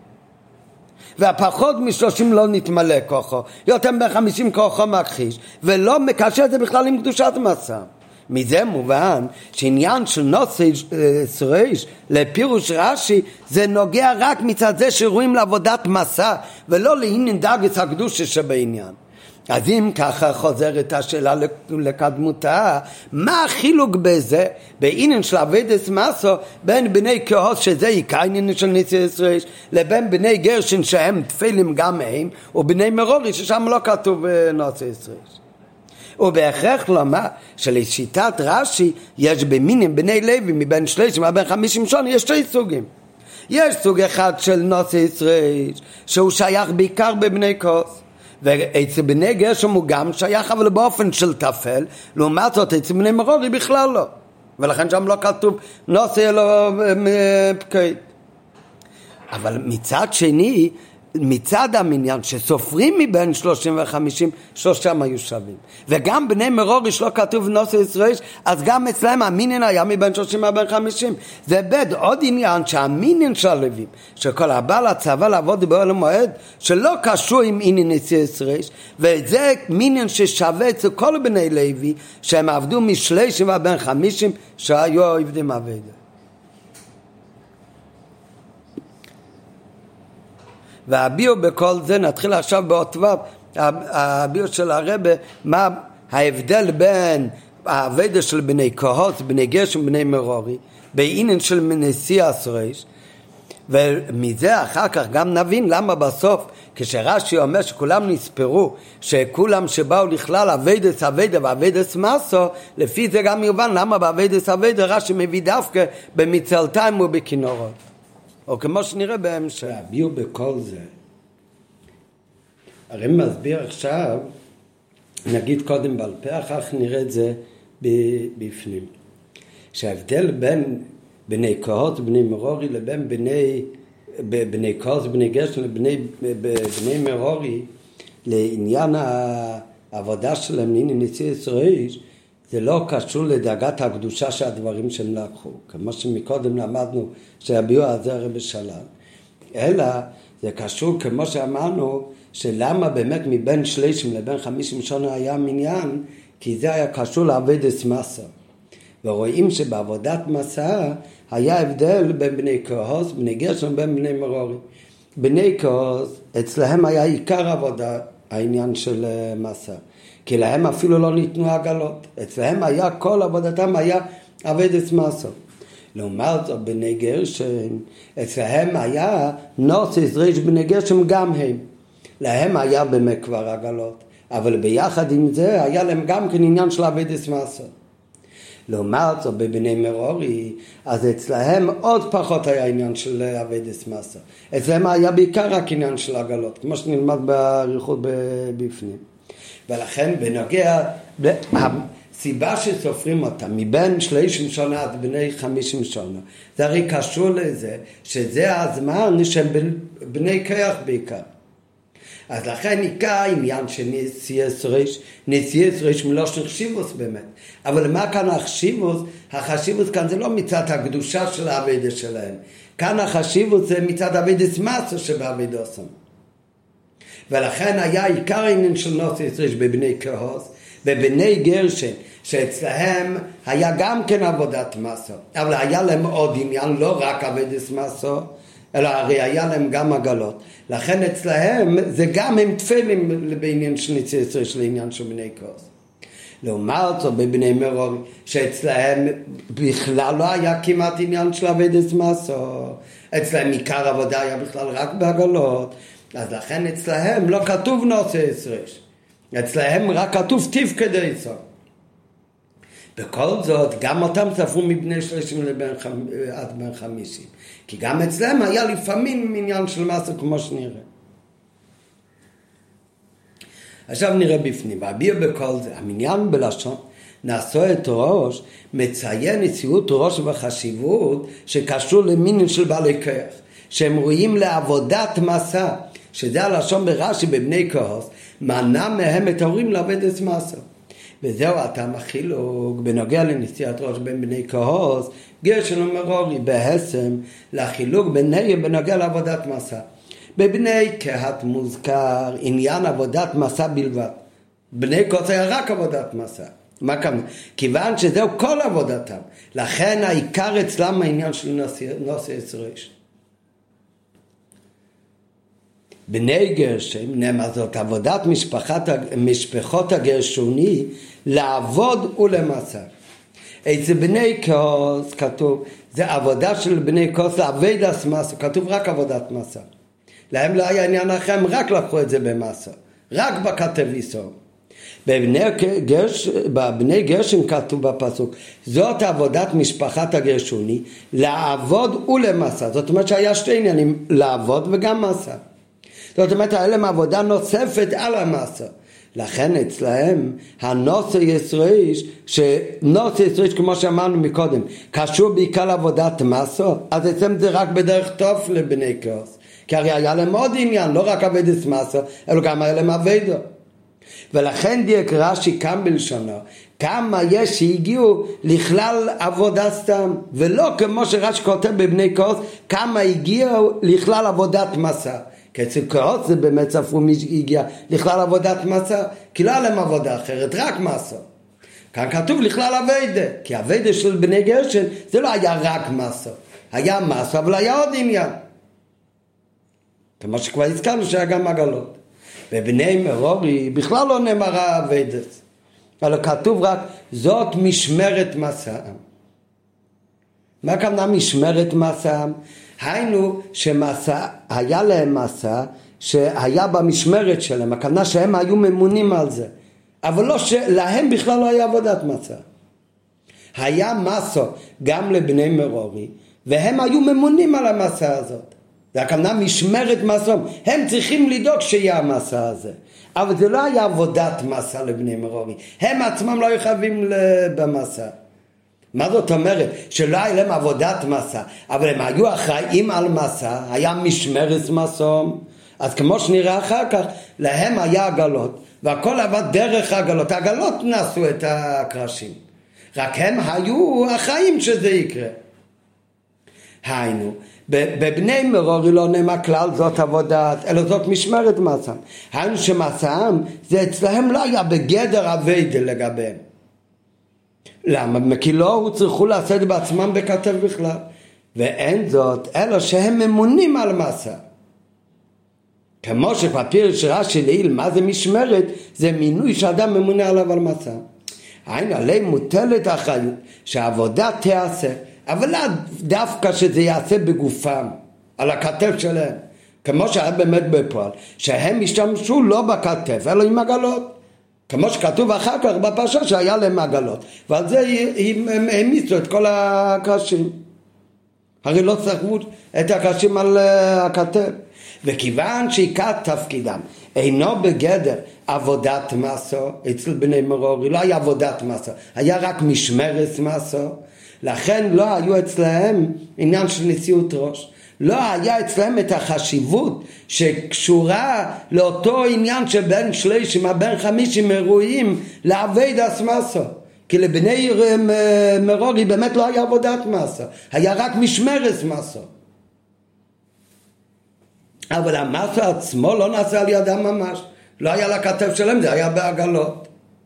והפחות מ-30 לא נתמלא כוחו, יותר מ-50 כוחו מכחיש, ולא מקשר את זה בכלל עם קדושת מסע. מזה מובן שעניין של נשיאת ראש לפירוש רש"י זה נוגע רק מצד זה שרואים לעבודת מסע ולא לעניין דרגת הקדושה שבעניין. אז אם ככה חוזרת השאלה לקדמותה, מה החילוק בזה בעניין של עבודת מסע בין בני כהוס שזה עיקר עניין של נשיאת ראש לבין בני גרשן שהם תפילים גם הם, ובני מרורי ששם לא כתוב נשיאת ראש. ובהכרח לומר שלשיטת רש"י יש במינים בני לוי מבין 30 עד 50 שנה יש שתי סוגים. יש סוג אחד של נשיאת ראש שהוא שייך בעיקר בבני כהוס, ואצל בני גרשם הוא גם שייך אבל באופן של תפל, לעומת זאת אצל בני מרורי בכלל לא, ולכן שם לא כתוב נשיאת לא פקיד. אבל מצד שני, מצד המניין שסופרים מבין 30 ו-50 שלושתם היו שווים, וגם בני מרורי שלא כתוב נשיאת ראש, אז גם אצלהם המניין היה מבין 30 ו-50. זה בד עוד עניין שהמניין של הלווים שכל הבעל הצבא לעבוד באוהל המועד שלא קשור עם עניין נשיאת ראש, וזה מניין ששווה אצל כל בני לוי שהם עבדו מ-30 ו-50 שהיו עבדים עבודה. והביאו בכל זה, נתחיל עכשיו באות ו', הביאו של הרבה, מה ההבדל בין העבודה של בני כהוס, בני גרשם, בני מרורי, בעניין של נשיאת ראש, ומזה אחר כך גם נבין למה בסוף, כשרש"י אומר שכולם נספרו, שכולם שבאו לכלל עבודת ועבודת מסע, לפי זה גם יובן למה בעבודת עבודה רש"י מביא דווקא במצלתיים ובכינורות. או כמו שנראה בהמשך. הביאו בכל זה, הרי מסביר עכשיו, נגיד קודם בעל פה, אחר כך נראה את זה בפנים. שההבדל בין בני קהות ובני מרורי לבין בני קהות ובני גרשון לבני מרורי, לעניין העבודה שלהם, לעניין נשיאי ישראל, זה לא קשור לדאגת הקדושה של הדברים שהם לקחו, כמו שמקודם למדנו שהביאו הזרע בשלל, אלא זה קשור כמו שאמרנו, שלמה באמת מבין 30 לבין 50 שנה היה מניין, כי זה היה קשור לעבודת מסע. ורואים שבעבודת מסע היה הבדל בין בני קהות, בני גרשון, בין בני מרורי. בני קהות, אצלהם היה עיקר עבודה, העניין של מסע. כי להם אפילו לא ניתנו עגלות. אצלהם היה, כל עבודתם היה עבודת מסע. לעומת זאת, בני גרשון, אצלהם היה נוסס ריש בני גרשון גם הם. להם היה באמת כבר עגלות. אבל ביחד עם זה היה להם גם כן עניין של עבודת מסע. לעומת זאת, בבני מרורי, אז אצלהם עוד פחות היה עניין של עבודת מסע. אצלהם היה בעיקר רק עניין של עגלות, כמו שנלמד באריכות בפנים. ולכן בנוגע, הסיבה שסופרים אותם מבין 30 שנה עד בני 50 שנה, זה הרי קשור לזה, שזה הזמן שהם בני כיח בעיקר. אז לכן עיקר העניין של נשיאי ריש מלושן חשיבוס באמת. אבל מה כאן החשיבוס? החשיבוס כאן זה לא מצד הקדושה של העבודה שלהם. כאן החשיבוס זה מצד עבודת מסע שבעבודתם. ולכן היה עיקר העניין של נשיאי ריש בבני קהות ובני גרשון, שאצלהם היה גם כן עבודת מסע. אבל היה להם עוד עניין, לא רק עבודת מסע, אלא הרי היה להם גם עגלות. לכן אצלהם זה גם הם תפלים בעניין של נשיאי ריש לעניין של בני קהות. לעומת זאת בבני מרורי, שאצלהם בכלל לא היה כמעט עניין של עבודת מסע. אצלהם עיקר עבודה היה בכלל רק בעגלות. אז לכן אצלהם לא כתוב נשיאי ריש. אצלהם רק כתוב תפקדי סוף. בכל זאת, גם אותם ספרו מבני 30 עד בן 50. כי גם אצלם היה לפעמים עניין של מסע כמו שנראה. עכשיו נראה בפנים. והביאו בכל זה, המניין בלשון, נעשו את ראש, מציין נשיאות ראש וחשיבות שקשור למין של בעלי כיח. שהם רואים לעבודת מסע, שזה הלשון ברש"י בבני קהות, מנע מהם את ההורים לעבודת מסע. וזהו הטעם החילוק בנוגע לנשיאת ראש בין בני קהות, גרשון ומרורי, בהסם לחילוק ביניהם בנוגע לעבודת מסע. בבני קהת מוזכר עניין עבודת מסע בלבד. בני קהות היה רק עבודת מסע. מה כמובן? כיוון שזהו כל עבודתם. לכן העיקר אצלם העניין של נשיאי ריש. בני גרשון נאמר זאת עבודת משפחות הגרשוני לעבוד ולמסע. אצל בני קהות כתוב, זה עבודה של בני קהות לעבודת מסע, כתוב רק עבודת מסע. להם לא היה עניין אחר, הם רק לקחו את זה במסע, רק בכתב איסור. בבני גרשון כתוב בפסוק, זאת עבודת משפחת הגרשוני לעבוד ולמסע. זאת אומרת שהיה שתי עניינים, לעבוד וגם מסע. זאת אומרת, היה להם עבודה נוספת על המסע. לכן אצלהם, הנושא ריש, שנושא ריש, כמו שאמרנו מקודם, קשור בעיקר לעבודת מסע, אז אצלם זה רק בדרך טוב לבני קהות. כי הרי היה להם עוד עניין, לא רק עבודת מסע, אלא גם היה להם עבודה. ולכן דייק רש"י כאן בלשונו, כמה יש שהגיעו לכלל עבודה סתם, ולא כמו שרש"י כותב בבני קהות, כמה הגיעו לכלל עבודת מסע. כי אצל קהות זה באמת ספרו מי הגיע לכלל עבודת מסע, כי לא היה להם עבודה אחרת, רק מסע. כאן כתוב לכלל עבודה, כי עבודה של בני גרשון זה לא היה רק מסע, היה מסע אבל היה עוד עניין. כמו שכבר הזכרנו שהיה גם עגלות. בבני מרורי בכלל לא נאמרה עבודה, אבל כתוב רק זאת משמרת מסעם. מה הכוונה משמרת מסעם? היינו שמסע, היה להם מסע שהיה במשמרת שלהם, הכוונה שהם היו ממונים על זה, אבל לא שלהם בכלל לא היה עבודת מסע. היה מסע גם לבני מרורי, והם היו ממונים על המסע הזאת. זה הכוונה משמרת מסום, הם צריכים לדאוג שיהיה המסע הזה, אבל זה לא היה עבודת מסע לבני מרורי, הם עצמם לא היו חייבים במסע. מה זאת אומרת? שלא היה להם עבודת מסע, אבל הם היו אחראים על מסע, היה משמרת מסום, אז כמו שנראה אחר כך, להם היה עגלות, והכל עבד דרך העגלות, העגלות נעשו את הקרשים, רק הם היו אחראים שזה יקרה. היינו, בבני מרורי לא נאמר כלל זאת עבודת, אלא זאת משמרת מסעם. היינו שמסעם זה אצלהם לא היה בגדר עבודה לגביהם. למה? כי לא הוא צריכו לעשות בעצמם בכתב בכלל. ואין זאת, אלא שהם ממונים על מסע. כמו שפפירוש רש"י לעיל, מה זה משמרת? זה מינוי שאדם ממונה עליו על מסע. היינו, עליהם מוטלת האחריות שהעבודה תיעשה, אבל לא דווקא שזה יעשה בגופם, על הכתף שלהם, כמו שהיה באמת בפועל, שהם השתמשו לא בכתף, אלא עם עגלות, כמו שכתוב אחר כך בפרשה שהיה להם עגלות, ועל זה הם העמיסו את כל הקרשים, הרי לא צריכו את הקרשים על הכתף, וכיוון שעיקר תפקידם אינו בגדר עבודת מסו, אצל בני מרורי לא היה עבודת מסו, היה רק משמרת מסו, לכן לא היו אצלהם עניין של נשיאות ראש, לא היה אצלהם את החשיבות שקשורה לאותו עניין שבין 30 בין 50 אירועים לעבוד מסו, כי לבני מרורי באמת לא היה עבודת מסו, היה רק משמרת מסו, אבל המסו עצמו לא נעשה על ידם ממש, לא היה לכתף שלהם, זה היה בעגלות.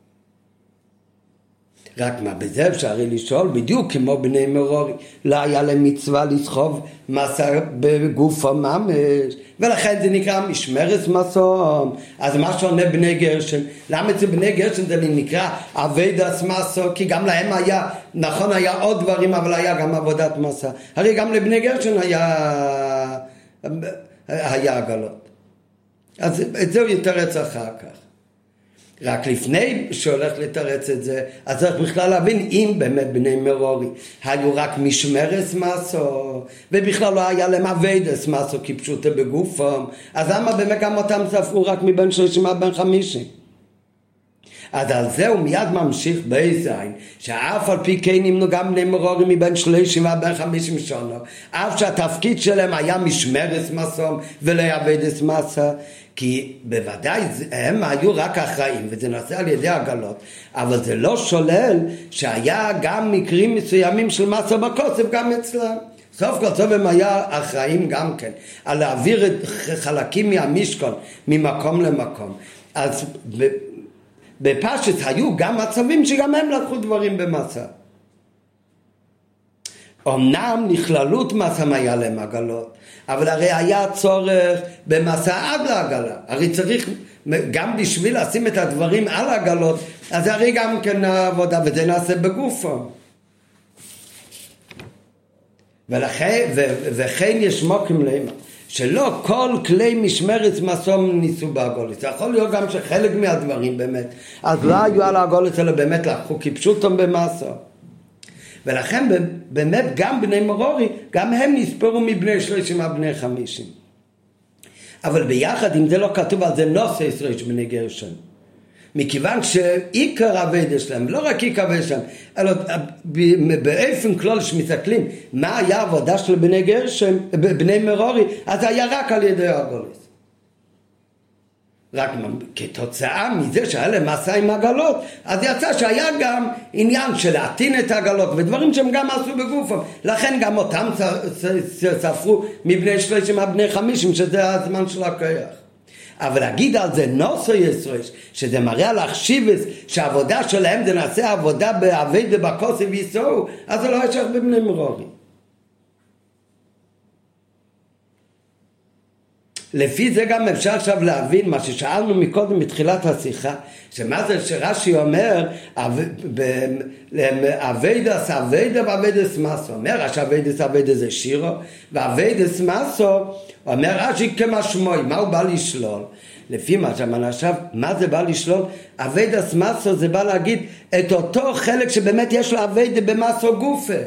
רק מה בזה אפשרי לשאול, בדיוק כמו בני מרורי, לא היה להם מצווה לסחוב מסע בגוף ממש, ולכן זה נקרא משמרת מסום. אז מה שונה בני גרשן? למה אצל בני גרשן זה נקרא עבודת מסע? כי גם להם היה, נכון היה עוד דברים, אבל היה גם עבודת מסע. הרי גם לבני גרשן היה עגלות. אז את זה הוא יתרץ אחר כך. רק לפני שהולך לתרץ את זה, אז צריך בכלל להבין אם באמת בני מרורי היו רק משמרת מסו, ובכלל לא היה להם עבודת מסו כי פשוט בגופם, אז למה באמת גם אותם ספרו רק מבין 30 עד 50? אז על זה הוא מיד ממשיך בזין, שאף על פי כן נמנו גם בני מרורי מבין 30 עד 50 שנה, אף שהתפקיד שלהם היה משמרת מסום ולא עבודת מסו, כי בוודאי הם היו רק אחראים, וזה נעשה על ידי עגלות, אבל זה לא שולל שהיה גם מקרים מסוימים של מסע בכוסף גם אצלם. סוף כל סוף הם היה אחראים גם כן על להעביר את חלקים מהמשכון ממקום למקום. אז בפשט היו גם מצבים שגם הם לקחו דברים במסע. אמנם נכללות מסע היה להם עגלות, אבל הרי היה צורך במסע עד לעגלה, הרי צריך גם בשביל לשים את הדברים על העגלות, אז הרי גם כן העבודה, וזה נעשה בגופו. וכן יש מוקים להם, שלא כל כלי משמרת מסום ניסו בעגולת, זה יכול להיות גם שחלק מהדברים באמת, אז לא היו על העגולת, אלא באמת לקחו כפשוטם במסע. ולכן באמת גם בני מרורי, גם הם נספרו מבני 30 עד בני 50. אבל ביחד, אם זה לא כתוב על זה נושא ישראל של בני גרשן, מכיוון שעיקר העבודה שלהם, לא רק עיקר העבודה שלהם, אלא באופן כלל שמסתכלים מה היה העבודה של בני גרשן, בני מרורי, אז זה היה רק על ידי העגלות. רק כתוצאה מזה שהיה להם מסע עם עגלות, אז יצא שהיה גם עניין של להטעין את העגלות ודברים שהם גם עשו בגופם, לכן גם אותם ספרו מבני 30 עד בני 50 שזה הזמן של הכוח. אבל להגיד על זה נושא ישראל, שזה מראה על החשיבות שהעבודה שלהם זה נעשה עבודה בעבודה בכוסף ויסעו, אז זה לא ישך בבני מרורי. לפי זה גם אפשר עכשיו להבין מה ששאלנו מקודם מתחילת השיחה, שמה זה שרש"י אומר עבודת ועבודת מסו, אומר רש"י עבודת זה שירו ועבודת מסו, אומר רש"י כמשמעו, מה הוא בא לשלול? לפי מה שאמרנו עכשיו, מה זה בא לשלול? עבודת מסו זה בא להגיד את אותו חלק שבאמת יש לו עבודה במסו גופה,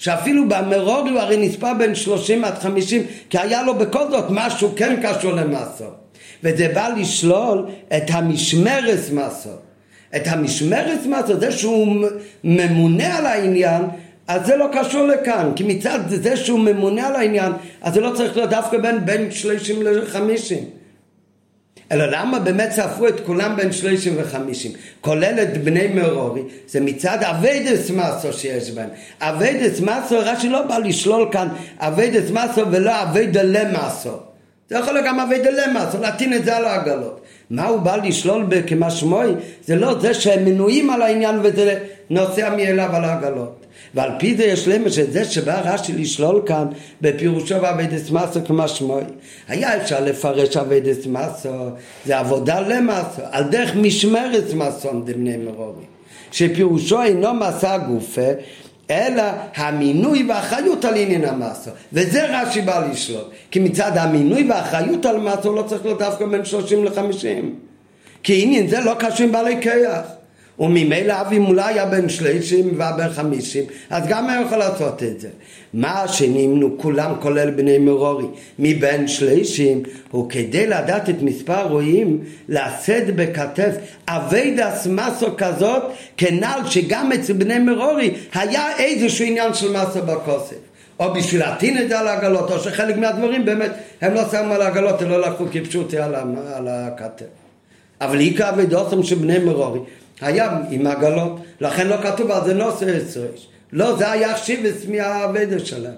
שאפילו במרורי הוא הרי נספר בין 30 עד 50, כי היה לו בכל זאת משהו כן קשור למסו. וזה בא לשלול את המשמרס מסו. את המשמרס מסו, זה שהוא ממונה על העניין, אז זה לא קשור לכאן, כי מצד זה שהוא ממונה על העניין, אז זה לא צריך להיות דווקא בין 30 ל-50. אלא למה באמת ספרו את כולם בין 30 ו-50, כולל את בני מרורי, זה מצד אביידס מסו שיש בהם. אביידס מסו, רש"י לא בא לשלול כאן אביידס מסו ולא אביידה למסו. זה יכול להיות גם אביידה למסו, להטין את זה על העגלות. מה הוא בא לשלול כמשמעי? זה לא זה שהם מנויים על העניין וזה נוסע מאליו על העגלות. ועל פי זה יש להם שזה שבא רש"י לשלול כאן בפירושו ואביידס מסו כמשמעי. היה אפשר לפרש אביידס מסו, זה עבודה למסו, על דרך משמרת מסו בני מרורי, שפירושו אינו מסע גופה, אלא המינוי והאחריות על עניין המסו, וזה רש"י בא לשלול, כי מצד המינוי והאחריות על מסו לא צריך להיות דווקא בין 30 ל-50, כי עניין זה לא קשור עם בעלי כיח. וממילא אם אולי היה בין 30 ובין 50, אז גם הוא יכול לעשות את זה. מה שנמנו כולם כולל בני מרורי מבין 30, הוא כדי לדעת את מספר רואים, לשאת בכתף אביידס מסו כזאת, כנ"ל שגם אצל בני מרורי היה איזשהו עניין של מסו בכוסף. או בשביל להטין את זה על העגלות, או שחלק מהדברים באמת הם לא שמו על העגלות, הם לא לקחו כפשוטי על הכתף. אבל עיקר אביידוסם של בני מרורי היה עם עגלות, לכן לא כתוב על זה נושא ישרש. לא, זה היה שיבס מהעבודה שלהם.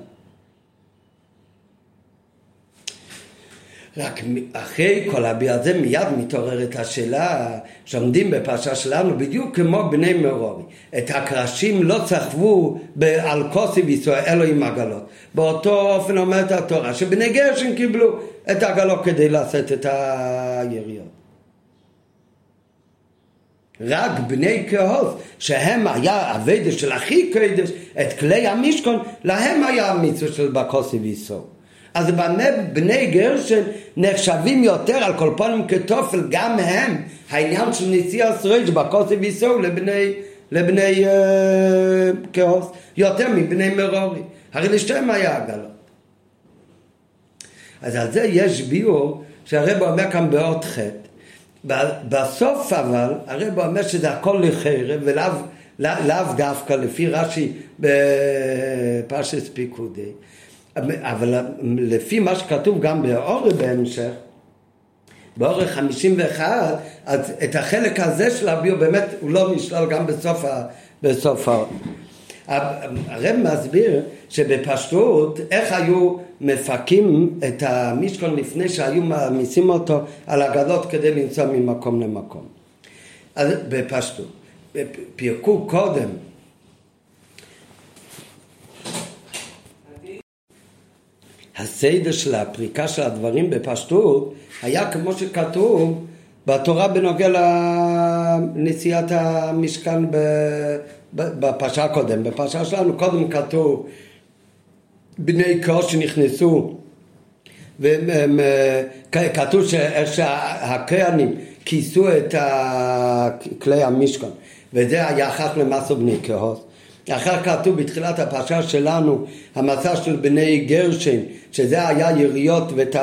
רק אחרי כל הביע הזה מיד מתעוררת השאלה שעומדים בפרשה שלנו בדיוק כמו בני מרורי. את הקרשים לא צחבו על כוסי וישראל אלו עם עגלות. באותו אופן אומרת התורה שבני גרשון קיבלו את העגלות כדי לעשות את היריות. רק בני קהות, שהם היה עבודה של הכי קדש, את כלי המשכון, להם היה המצווה של בכוסי וישראל. אז בני גרשון נחשבים יותר על כל פנים כתופל, גם הם, העניין של נשיא השריש בכוסי וישראל לבני קהות, יותר מבני מרורי. הרי לשתיהם היה עגלות. אז על זה יש ביור שהרב אומר כאן באות חטא, בסוף אבל הרב אומר שזה הכל לחרב ולאו דווקא לפי רש"י בפרשת פיקודי, אבל לפי מה שכתוב גם באורי בהמשך, באורי 51, אז את החלק הזה של הביור באמת הוא לא נשלל גם בסוף האורי. הרב מסביר שבפשטות איך היו מפקים את המשכון לפני שהיו מעמיסים אותו על הגדות כדי לנסוע ממקום למקום. אז בפשטות פירקו קודם הסדר של הפריקה של הדברים בפשטות היה כמו שכתוב בתורה בנוגע לנשיאת המשכן בפרשה הקודם. בפרשה שלנו קודם כתוב בני קהות שנכנסו, וכתוב שהכהנים כיסו את כלי המשכן, וזה היה אחת למסו בני קהות. אחר כתוב בתחילת הפרשה שלנו המסע של בני גרשון, שזה היה יריות ואת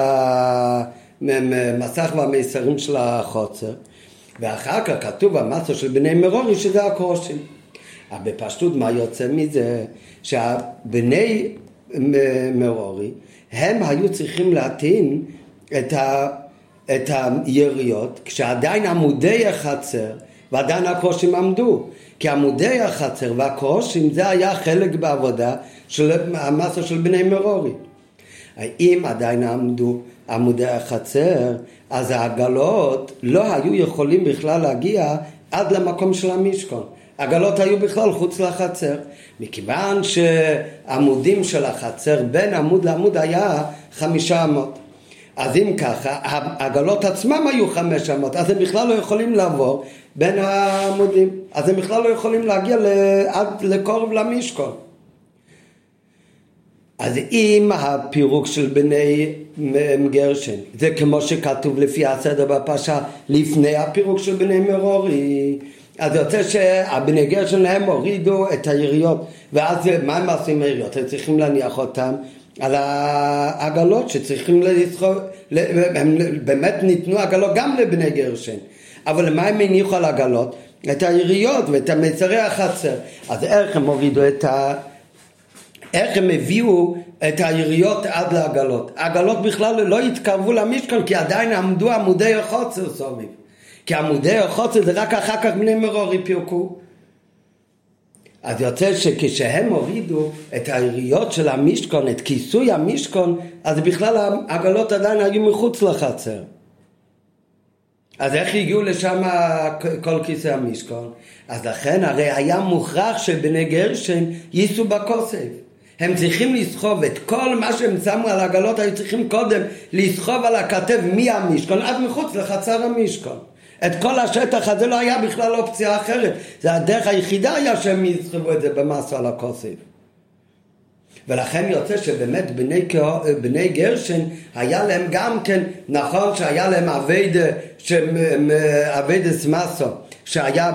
המסך והמסרים של החוצר, ואחר כך כתוב המסע של בני מרורי שזה הקרושים. אבל בפשטות מה יוצא מזה? שהבני מרורי הם היו צריכים להטעין את היריות כשעדיין עמודי החצר ועדיין הקרושים עמדו, כי עמודי החצר והקרושים זה היה חלק בעבודה של המסע של בני מרורי. אם עדיין עמדו עמודי החצר, אז העגלות לא היו יכולים בכלל להגיע עד למקום של המשכון. העגלות היו בכלל חוץ לחצר, מכיוון שהעמודים של החצר בין עמוד לעמוד היה 500. אז אם ככה, העגלות עצמם היו 500, אז הם בכלל לא יכולים לעבור בין העמודים, אז הם בכלל לא יכולים להגיע עד לקרוב למשכון. אז אם הפירוק של בני גרשון זה כמו שכתוב לפי הסדר בפרשה לפני הפירוק של בני מרורי, אז יוצא שהבני גרשון הם הורידו את היריות, ואז מה הם עושים עם היריות? הם צריכים להניח אותם על העגלות שצריכים לסחוב, הם באמת ניתנו עגלות גם לבני גרשון, אבל למה הם הניחו על העגלות? את היריות ואת המצרי החצר. אז איך הם הורידו איך הם הביאו את היריות עד לעגלות? העגלות בכלל לא התקרבו למשכן, כי עדיין עמדו עמודי החוצר סביב. כי עמודי החוצר זה רק אחר כך בני מרורי פירקו. אז יוצא שכשהם הורידו את היריות של המשכן, את כיסוי המשכן, אז בכלל העגלות עדיין היו מחוץ לחצר. אז איך הגיעו לשם כל כיסוי המשכן? אז לכן הרי היה מוכרח שבני גרשון ייסעו בכוסף. הם צריכים לסחוב את כל מה שהם שמו על העגלות, היו צריכים קודם לסחוב על הכתב מהמשכן עד מחוץ לחצר המשכן. את כל השטח הזה לא היה בכלל אופציה אחרת. זה הדרך היחידה היה שהם יסחבו את זה במסע על הכוסף. ולכן יוצא שבאמת בני גרשון היה להם גם כן, נכון שהיה להם עבדה סמסו, שהיה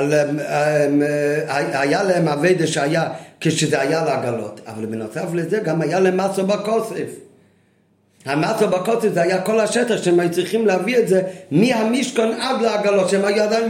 היה להם עבדה שהיה כשזה היה לעגלות, אבל בנוסף לזה גם היה להם מסו בכוסף. המסו בכוסף זה היה כל השטח שהם היו צריכים להביא את זה מהמשכן עד לעגלות, שהם היו עדיין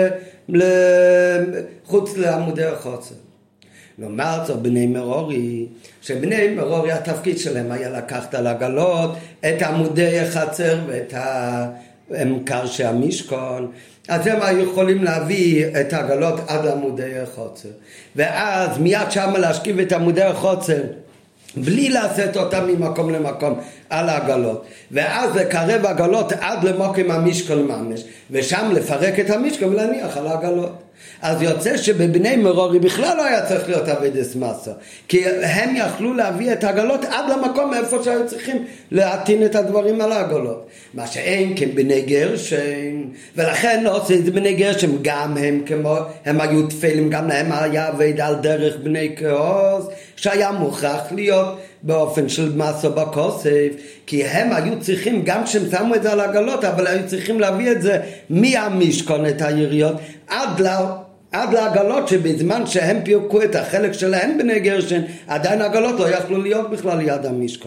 מחוץ לעמודי החוצר. לומר זאת בני מרורי, שבני מרורי התפקיד שלהם היה לקחת על העגלות את עמודי החצר ואת קרשי המשכן, אז הם היו יכולים להביא את העגלות עד עמודי החוצר, ואז מיד שם להשכיב את עמודי החוצר בלי לעשות אותם ממקום למקום על העגלות, ואז לקרב עגלות עד למקום המשכן ממש, ושם לפרק את המשכן ולהניח על העגלות. אז יוצא שבבני מרורי בכלל לא היה צריך להיות עבודת מסע, כי הם יכלו להביא את העגלות עד למקום איפה שהיו צריכים להטעין את הדברים על העגלות. מה שאין כן בני גרשון, ולכן לא עושה את זה בני גרשון, גם הם כמו, הם היו תפלים, גם להם היה עבד על דרך בני כעוז, שהיה מוכרח להיות באופן של מסע בכוסף, כי הם היו צריכים, גם שהם שמו את זה על העגלות, אבל היו צריכים להביא את זה מהמשכן את היריות עד לעגלות, שבזמן שהם פירקו את החלק שלהם בני גרשון, עדיין העגלות לא יכלו להיות בכלל ליד המשכן.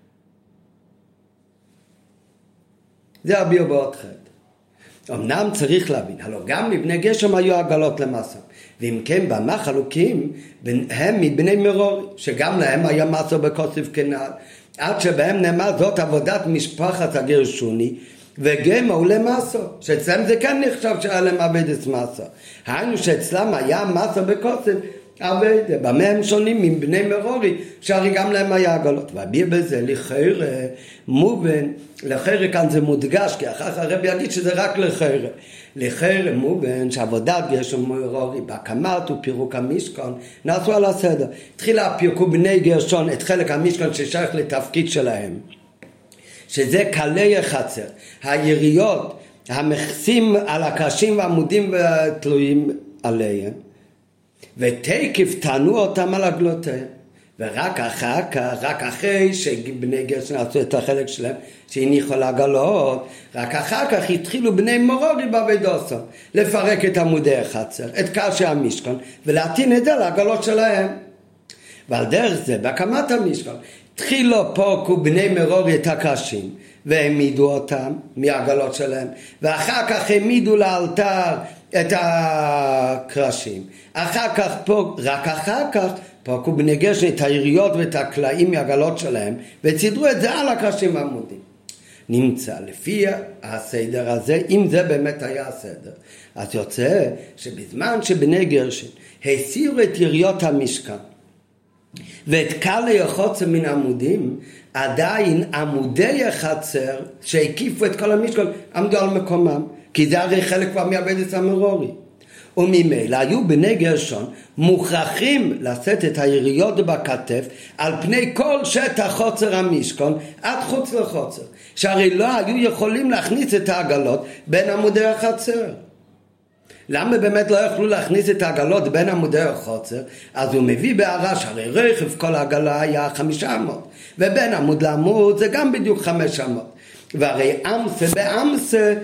זה הביאו בעוד חטא. אמנם צריך להבין, הלוא גם מבני גרשון היו עגלות למסע, ואם כן במה חלוקים הם מבני מרורי, שגם להם היה מסע בכוסף כנעל, עד שבהם נאמר זאת עבודת משפחת הגרשוני, וגם עולה מסע, שאצלם זה כן נחשב שהיה להם עבודת מסע. היינו שאצלם היה מסע בכוסף, אבל במה הם שונים מבני מרורי, שהרי גם להם היה עגלות. והביע בזה לכאורה מובן, לכאורה כאן זה מודגש, כי אחר כך הרב יגיד שזה רק לכאורה מובן שעבודת גרשון מרורי בהקמת ופירוק המשכן נעשו על הסדר. תחילה פירקו בני גרשון את חלק המשכן ששייך לתפקיד שלהם, שזה קלי החצר, היריות המכסים על הקרשים והעמודים והתלויים עליהם, ותקף תענו אותם על עגלותיהם, ורק אחר כך, רק אחרי שבני גרשון עשו את החלק שלהם שהניחו לעגלות, רק אחר כך התחילו בני מרורי בעבודתו לפרק את עמודי החצר, את קרשי המשכן, ולהטעין את זה לעגלות שלהם. ועל דרך זה בהקמת המשכן התחילו פורקו בני מרורי את הקרשים והעמידו אותם מהעגלות שלהם, ואחר כך העמידו לאלתר את הקרשים. רק אחר כך פרקו בני גרשון את היריות ואת הקלעים מהעגלות שלהם וצידרו את זה על הקרשים העמודים. נמצא לפי הסדר הזה, אם זה באמת היה הסדר, אז יוצא שבזמן שבני גרשון הסירו את יריות המשכן ואת קלי החצר מן עמודים, עדיין עמודי החצר שהקיפו את כל המשכן עמדו על מקומם, כי זה הרי חלק כבר מעבודת המרורי. וממילא היו בני גרשון מוכרחים לשאת את היריות בכתף על פני כל שטח חוצר המשכן עד חוץ לחוצר, שהרי לא היו יכולים להכניס את העגלות בין עמודי החצר. למה באמת לא יכלו להכניס את העגלות בין עמודי החוצר? אז הוא מביא בהערה שהרי רכב כל העגלה היה 500, ובין עמוד לעמוד זה גם בדיוק 500, והרי אמסה באמסה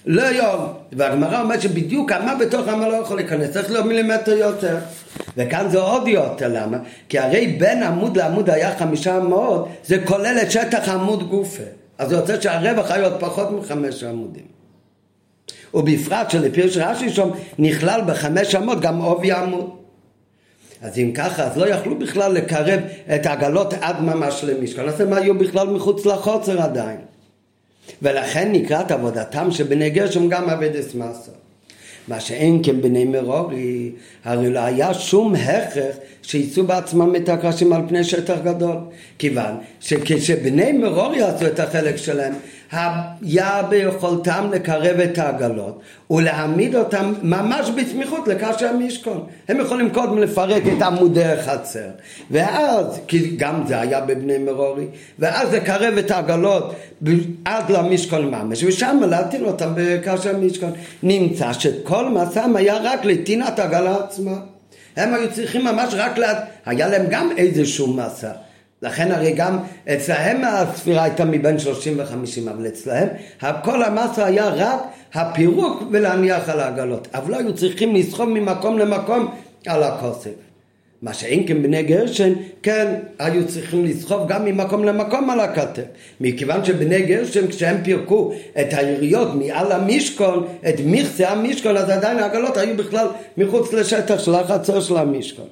לא יום, והגמרא אומרת שבדיוק המה בתוך המה לא יכול להיכנס, צריך להיות מילימטר יותר. וכאן זה עוד יותר, למה? כי הרי בין עמוד לעמוד היה 5 אמות, זה כולל את שטח עמוד גופה. אז זה יוצא שהרווח היה עוד פחות מ5 עמודים. ובפרט שלפירוש רש"י שם נכלל ב5 אמות גם עובי עמוד. אז אם ככה, אז לא יכלו בכלל לקרב את העגלות עד ממש למשכן, אז הם היו בכלל מחוץ לחוצר עדיין. ולכן נקראת עבודתם שבני גרשום גם עבודת מעשה. מה שאין כן בני מרורי, הרי לא היה שום הכרח שיצאו בעצמם את הקרשים על פני שטח גדול. כיוון שכשבני מרורי עשו את החלק שלהם, היה ביכולתם לקרב את העגלות ולהעמיד אותם ממש בסמיכות לקרשי המשכון. הם יכולים קודם לפרק את עמודי החצר, ואז, כי גם זה היה בבני מרורי, ואז לקרב את העגלות עד למשכון ממש, ושם להטיל אותם בקרשי המשכון. נמצא שכל מסעם היה רק לטינת העגלה עצמה. הם היו צריכים ממש רק היה להם גם איזשהו מסע. לכן הרי גם אצלהם הספירה הייתה מבין 30 ו-50, אבל אצלהם כל המסע היה רק הפירוק ולהניח על העגלות, אבל לא היו צריכים לסחוב ממקום למקום על הכוסף. מה שאין כן בני גרשן, כן, היו צריכים לסחוב גם ממקום למקום על הכתף. מכיוון שבני גרשן, כשהם פירקו את היריות מעל המשכון, את מכסה המשכון, אז עדיין העגלות היו בכלל מחוץ לשטח של החצר של המשכון.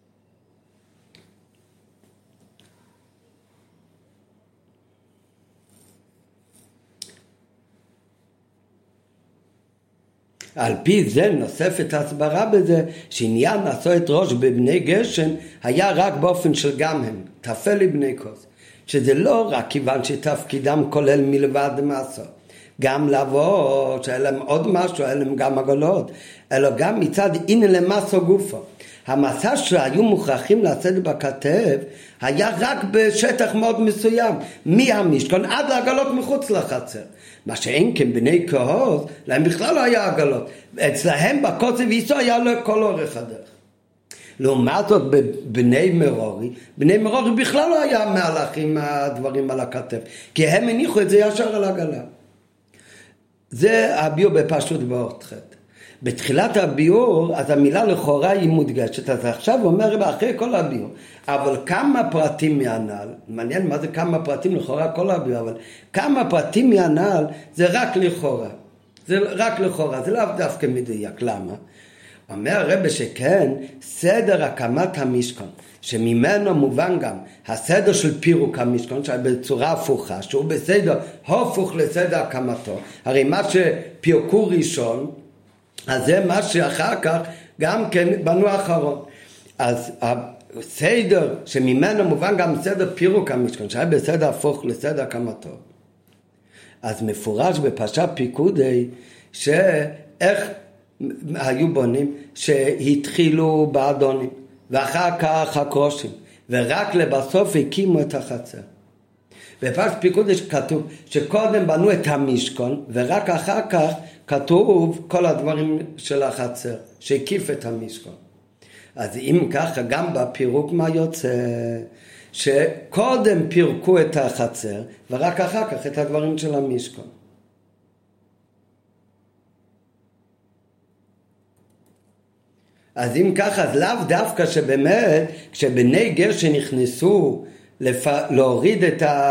על פי זה נוספת הסברה בזה שעניין לעשות ראש בבני גרשן היה רק באופן של גם הם, תפל לבני כוס, שזה לא רק כיוון שתפקידם כולל מלבד מעשו, גם לבוא שהיה להם עוד משהו, היה להם גם עגלות, אלא גם מצד הנה למסו גופו. המסע שהיו מוכרחים לעשות בכתף היה רק בשטח מאוד מסוים, מהמשכון עד לעגלות מחוץ לחצר. מה שאין כן בני כהות, להם בכלל לא היה עגלות. אצלהם בקוצב איסו היה לו כל אורך הדרך. לעומת זאת בבני מרורי, בני מרורי בכלל לא היה מהלכים הדברים על הכתף, כי הם הניחו את זה ישר על העגלה. זה הביאור בפשוט באורח ח'. בתחילת הביאור, אז המילה לכאורה היא מודגשת, אז עכשיו אומר אחרי כל הביאור, אבל כמה פרטים מהנ"ל, מעניין מה זה כמה פרטים לכאורה כל הביאור, אבל כמה פרטים מהנ"ל זה רק לכאורה, זה רק לכאורה, זה לאו דווקא מדויק, למה? אומר הרב שכן, סדר הקמת המשכון, שממנו מובן גם הסדר של פירוק המשכון, בצורה הפוכה, שהוא בסדר הפוך לסדר הקמתו, הרי מה שפירקו ראשון, אז זה מה שאחר כך גם כן בנו האחרון. אז הסדר שממנו מובן גם סדר פירוק המשכון, שהיה בסדר הפוך לסדר הקמתו. אז מפורש בפרשת פיקודי, שאיך היו בונים שהתחילו באדונים, ואחר כך הקרושים, ורק לבסוף הקימו את החצר. בפרשת פיקודי כתוב שקודם בנו את המשכון, ורק אחר כך כתוב כל הדברים של החצר, שהקיף את המשכון. אז אם ככה, גם בפירוק מה יוצא? שקודם פירקו את החצר, ורק אחר כך את הדברים של המשכון. אז אם ככה, אז לאו דווקא שבאמת, כשבני גרשן נכנסו להוריד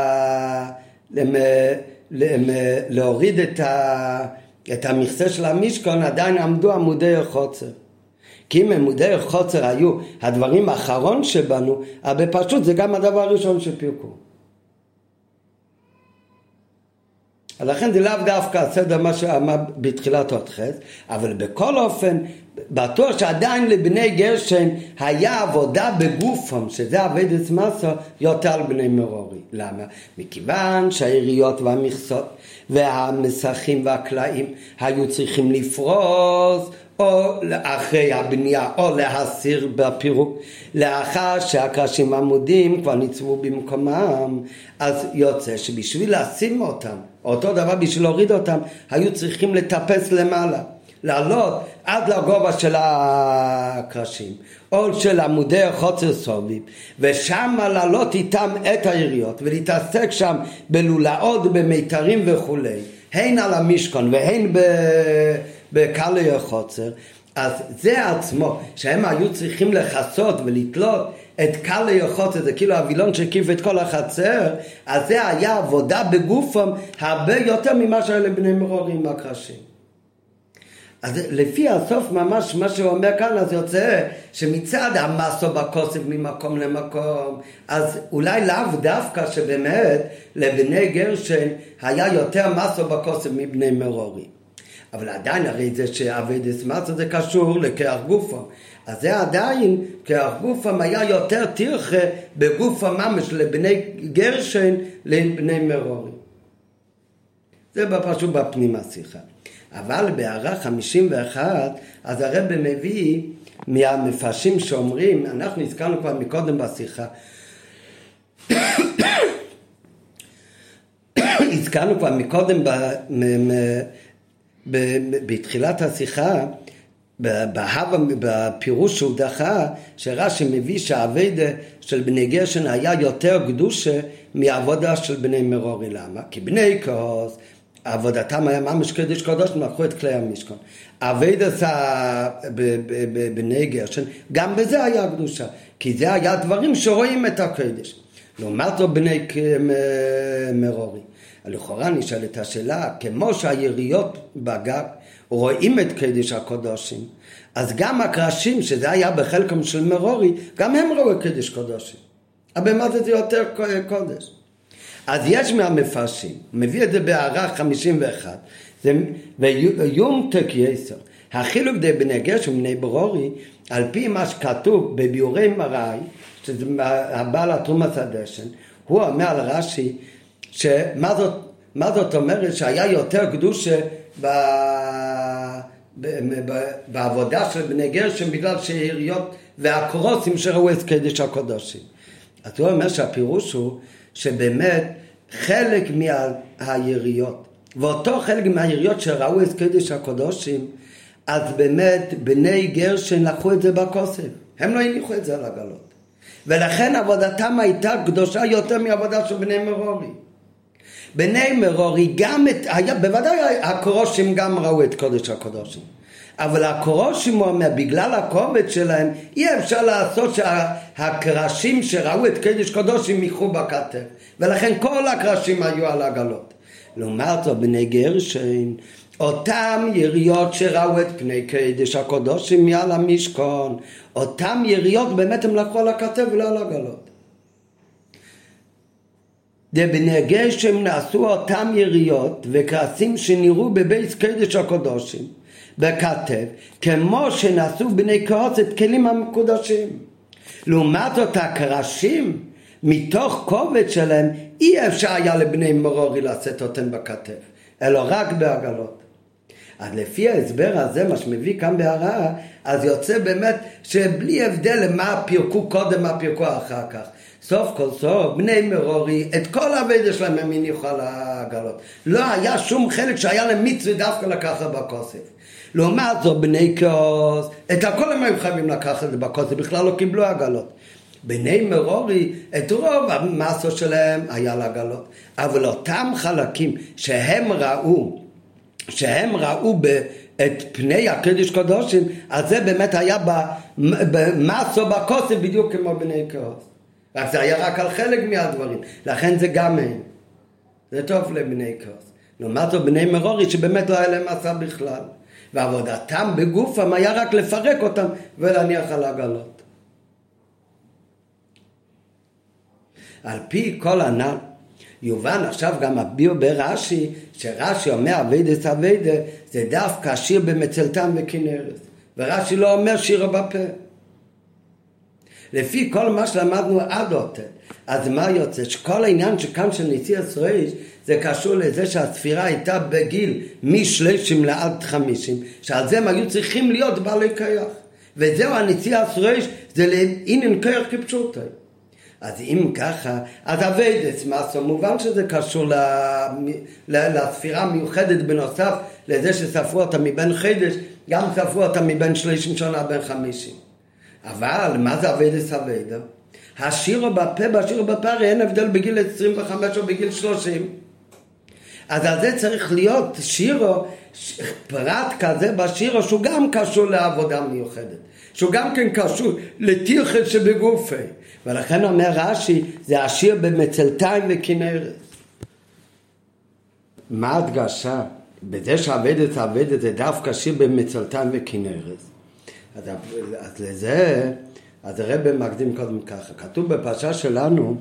את המכסה של המשכון, עדיין עמדו עמודי החוצר. כי אם עמודי החוצר היו הדברים האחרון שבנו, אבל פשוט זה גם הדבר הראשון שפירקו. לכן זה לאו דווקא הסדר מה שאמר בתחילת התחס, אבל בכל אופן, בטוח שעדיין לבני גרשן היה עבודה בגופם, שזה עבודת מעשה יותר על בני מרורי. למה? מכיוון שהעיריות והמכסות והמסכים והקלעים היו צריכים לפרוס או אחרי הבנייה או להסיר בפירוק, לאחר שהקרשים עמודים כבר ניצבו במקומם, אז יוצא שבשביל לשים אותם, אותו דבר בשביל להוריד אותם, היו צריכים לטפס למעלה, לעלות עד לגובה של הקרשים או של עמודי החוצר סוביב, ושם לעלות איתם את העיריות ולהתעסק שם בלולאות, במיתרים וכו', הן על המשכון והן בקלי החוצר, אז זה עצמו, שהם היו צריכים לחסות ולתלות את קלי החוצר, זה כאילו הווילון שהקיף את כל החצר, אז זה היה עבודה בגופם הרבה יותר ממה שהיה לבני מרורי עם הקרשים. אז לפי הסוף ממש מה שהוא אומר כאן, אז יוצא שמצד המסו בכוסף ממקום למקום, אז אולי לאו דווקא שבאמת לבני גרשן היה יותר מסו בכוסף מבני מרורי. אבל עדיין הרי זה שעבודת מסו זה קשור לכרך גופם. אז זה עדיין, כרך גופם היה יותר תרחה בגופם ממש לבני גרשן לבני מרורי. זה פשוט בפנים השיחה. אבל בהערה 51, אז הרב מביא מהמפרשים שאומרים, אנחנו הזכרנו כבר מקודם בשיחה, הזכרנו כבר מקודם בתחילת השיחה, בפירוש שהוא דחה, שרש"י מביא שהעבודה של בני גרשן היה יותר קדושה מהעבודה של בני מרורי. למה? כי בני כוס עבודתם היה ממש קודש קודש, לקחו את כלי המשכון. עבודת בני גרשן, גם בזה היה קדושה, כי זה היה דברים שרואים את הקודש. לעומת זאת בני מרורי. לכאורה נשאלת השאלה, כמו שהיריות בגג רואים את קודש הקודשים, אז גם הקרשים, שזה היה בחלקם של מרורי, גם הם ראו את קודש קודשים. אבל מה זה יותר קודש? אז יש מהמפרשים, מביא את זה בהערה 51, ויום תקייסר, החילוק די בני גרשן ובני מרורי, על פי מה שכתוב בביאורי מראי, שזה הבעל התרומת הדשן, הוא אומר לרש"י, מה זאת אומרת שהיה יותר קדושה בעבודה של בני גרשן, בגלל שהעיריות והקורוסים שראו את קודש הקודשים. אז הוא אומר שהפירוש הוא, שבאמת חלק מהיריות, ואותו חלק מהיריות שראו את קודש הקודשים, אז באמת בני גרשן לקחו את זה בכוסף, הם לא הניחו את זה על עגלות, ולכן עבודתם הייתה קדושה יותר מעבודה של בני מרורי. בני מרורי גם בוודאי הקורשים גם ראו את קודש הקודשים, אבל הקורשים, הוא אומר, בגלל הכובד שלהם אי אפשר לעשות שהקרשים שראו את קודש קודשים ייקחו בכתף, ולכן כל הקרשים היו על עגלות. לעומת זאת בני גרשן, אותם יריות שראו את פני קודש הקודשים מעל המשכון, אותם יריות באמת הם לקחו על הכתף ולא על עגלות. בני גרשן נעשו אותם יריות וקרסים שנראו בבית קודש הקודשים בכתף, כמו שנעשו בני כהות את כלים המקודשים. לעומת זאת הקרשים, מתוך כובד שלהם, אי אפשר היה לבני מרורי לשאת אותם בכתף, אלא רק בעגלות. אז לפי ההסבר הזה, מה שמביא כאן בהערה, אז יוצא באמת שבלי הבדל למה פירקו קודם, מה פירקו אחר כך. סוף כל סוף, בני מרורי, את כל העבודה שלהם הם הניחו על העגלות. לא היה שום חלק שהיה להם מצווה דווקא לקחת בכוסף. לעומת זאת, בני כוס, את הכל הם היו חייבים לקחת בכוסף, בכלל לא קיבלו עגלות. בני מרורי, את רוב המסו שלהם היה לעגלות. אבל אותם חלקים שהם ראו את פני הקודש קודשים, אז זה באמת היה במסו בכוסף בדיוק כמו בני כוס. רק זה היה רק על חלק מהדברים, לכן זה גם הם. זה טוב לבני כוס. לעומת זאת בני מרורי שבאמת לא היה להם מסע בכלל. ועבודתם בגופם היה רק לפרק אותם ולהניח על העגלות. על פי כל הנ"ל, יובן עכשיו גם הביאו ברש"י, שרש"י אומר עבודת עבודה זה דווקא שיר במצלתם וכנרת, ורש"י לא אומר שיר בפה. לפי כל מה שלמדנו עד אותה, אז מה יוצא? שכל העניין שכאן של נשיא הסרייש זה קשור לזה שהספירה הייתה בגיל מ-30 עד 50, שעל זה הם היו צריכים להיות בעלי כוח, וזהו הנשיא הסרייש, זה לאינן כוח כפשוטו. אז אם ככה, אז עבודת מסו, מובן שזה קשור לספירה מיוחדת, בנוסף לזה שספרו אותה מבין חידש, גם ספרו אותה מבין 30 שנה בין 50. אבל מה זה עבודת עבודה? השירו בפה, בשירו בפה, אין הבדל בגיל 25 או בגיל 30. אז על זה צריך להיות שירו, פרט כזה בשירו שהוא גם קשור לעבודה מיוחדת, שהוא גם כן קשור לתירחת שבגופי. ולכן אומר רש"י, זה השיר במצלתיים וכנרת. מה הדגשה? בזה שעבדת זה דווקא שיר במצלתיים וכנרת. אז לזה, אז הרב מקדים קודם ככה. כתוב בפרשה שלנו,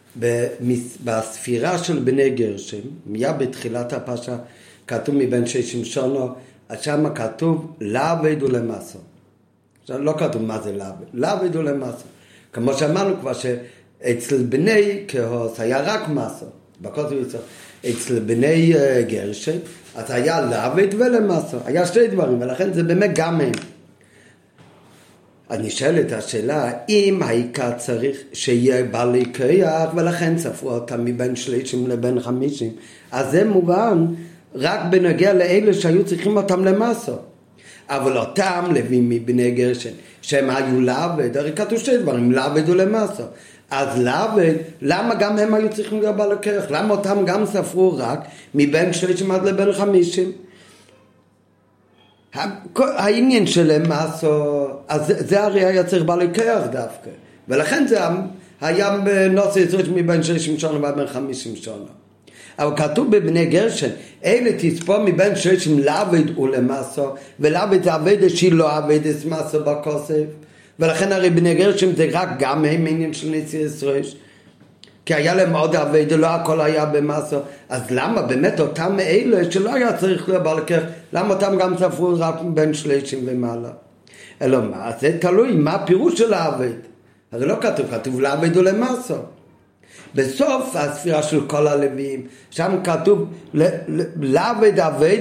בספירה של בני גרשם, מיד בתחילת הפרשה, כתוב מבין 60 שונו, אז שם כתוב לעבד ולמסו. עכשיו לא כתוב מה זה לעבד, לעבד ולמסו. כמו שאמרנו כבר שאצל בני כהוס היה רק מסו, בקוטב יצור. אצל בני גרשם, אז היה לעבד ולמסו, היה שתי דברים, ולכן זה באמת גם הם. אני שואל את השאלה, אם העיקר צריך שיהיה בעלי כוח, ולכן ספרו אותם מבין 30 לבין 50, אז זה מובן רק בנוגע לאלה שהיו צריכים אותם למסו. אבל אותם לווים מבני גרשם, שהם היו לעבד, הרי כתוב שתי דברים, לעבד ולמסו. אז לעבד, למה גם הם היו צריכים להיות בעלי כוח? למה אותם גם ספרו רק מבין 30 עד לבין 50? העניין שלהם מסו, אז זה הרי היה צריך בעלי כוח דווקא, ולכן זה היה בנושא יצרות מבין 60 שנה ועד בין 50 שנה. אבל כתוב בבני גרשם, אלה תספור מבין 60 לעבד ולמסו, ולעבד זה עבד שהיא לא עבד את מסו בכוסף, ולכן הרי בני גרשם זה רק גם הם עניין של נשיא ישראל, כי היה להם עוד עבד, לא הכל היה במסו. אז למה באמת אותם אלה שלא היה צריך להיות בעל כוח, למה אותם גם ספרו רק בין 30 ומעלה? אלא מה? זה תלוי מה הפירוש של העבד. הרי לא כתוב לעבד ולמסו. בסוף הספירה של כל הלוויים, שם כתוב לעבד עבד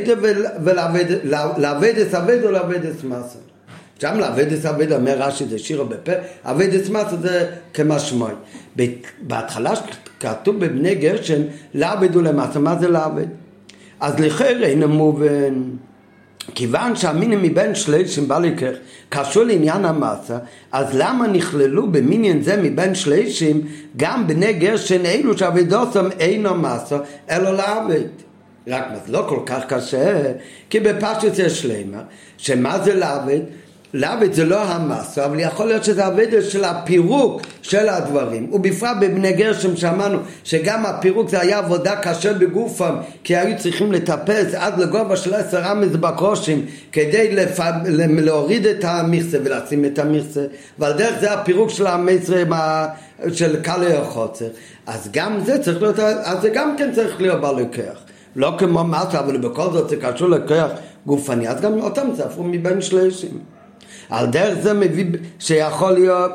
ולעבד את עבד ולעבד את מסו. שם לעבד את עבד, אומר רש"י זה שירו בפה, עבד את מסו זה כמשמעי. בהתחלה כתוב בבני גרשם לעבד ולמסו, מה זה לעבד? אז לכן אינו מובן, כיוון שהמינים מבין 30 בעלי כוח קשור לעניין המסה, אז למה נכללו במניין זה מבין 30 גם בני גרשם אלו שעבדוסם אינו מסו אלא לעבד? רק זה לא כל כך קשה, כי בפשטות יש שלמה, שמה זה לעבד? לעבד זה לא המסו, אבל יכול להיות שזה עבד של הפירוק של הדברים. ובפרט בבני גרשם שאמרנו שגם הפירוק זה היה עבודה קשה בגופם, כי היו צריכים לטפס עד לגובה של 10 אמץ בקרושים כדי להוריד את המכסה ולשים את המכסה, ועל דרך זה הפירוק של המסרה של קלי החוצר. אז גם זה צריך להיות, אז זה גם כן צריך להיות בעל כוח. לא כמו מסו, אבל בכל זאת זה קשור לכוח גופני, אז גם אותם ספרו מבין 30. על דרך זה מביא שיכול להיות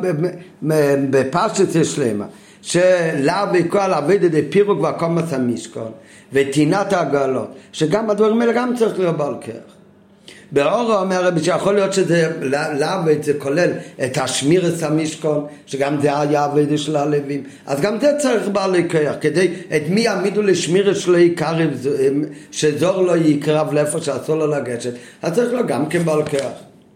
בפשטות שלמה שלאו וכל עבד את הפירוק והקומץ המשכון ותינת העגלות, שגם הדברים האלה גם צריך להיות בעל כוח. באורו אומר רבי שיכול להיות שזה לאו זה כולל את השמירס המשכון, שגם זה היה עבד של הלווים, אז גם זה צריך בעל כוח, כדי את מי יעמידו לשמירס שלו יקרב, שזור לו יקרב לאיפה שאסור לו לגשת, אז צריך לו גם כן בעל כוח.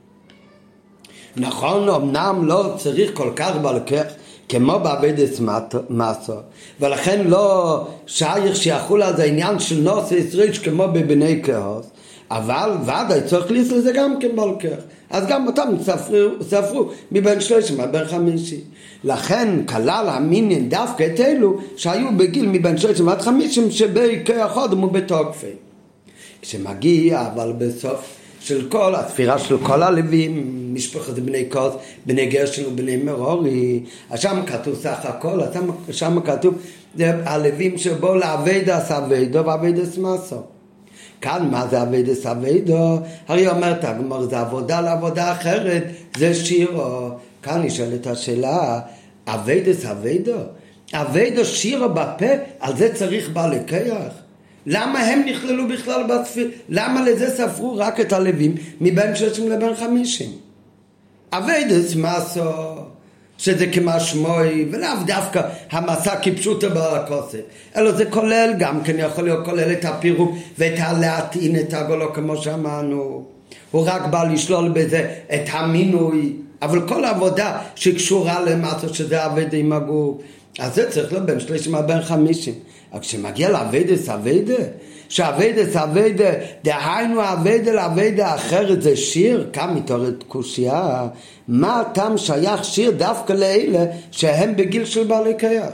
נכון, אמנם לא צריך כל כך בעל כוח כמו בעבודת מסו, ולכן לא שייך שיחול על זה עניין של נושא ישראל כמו בבני כהוס, אבל ודאי צריך לזה זה גם כן בעל כוח. אז גם אותם ספרו מבין 30 עד בין 50. לכן כלל המינין דווקא את אלו שהיו בגיל מבין 30 עד 50 שבכוח אדם ובתוקפי. כשמגיע אבל בסוף של כל הספירה של כל הלווים, משפחת בני כוס, בני גרשם ובני מרורי, שם כתוב סך הכל, שם כתוב הלווים שבו לעבד עבדו ועבד מסו. כאן מה זה עבד עבדו? הרי אומרת הגמרא זה עבודה לעבודה אחרת, זה שירו. כאן נשאלת השאלה, עבד עבדו? עבדו שירו בפה, על זה צריך בעל כוח? למה הם נכללו בכלל בספיר? למה לזה ספרו רק את הלווים מבין 30 לבין 50? עבודת מסו, שזה כמשמעי, ולאו דווקא המסע כפשוטו בכוסף, אלא זה כולל גם כן, יכול להיות כולל את הפירוק ואת הלהטעין את הגולו כמו שאמרנו. הוא רק בא לשלול בזה את המינוי, אבל כל העבודה שקשורה למסו שזה עבד עם הגוף, אז זה צריך להיות בין 30 לבין 50. אבל כשמגיע לעבודת עבדה, שעבדת עבדה, דהיינו עבדה לעבדה אחרת זה שיר? כאן מתעוררת קושייה, מה הטעם שייך שיר דווקא לאלה שהם בגיל של בעלי כיח?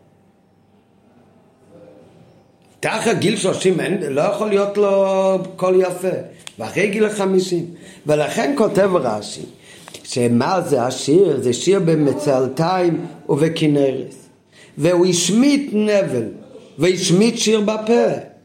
תחת גיל 30 לא יכול להיות לו קול יפה, ואחרי גיל 50, ולכן כותב רש"י, שמה זה השיר? זה שיר במצלתיים ובכנרת, והוא השמיט נבל והשמיט שיר בפה.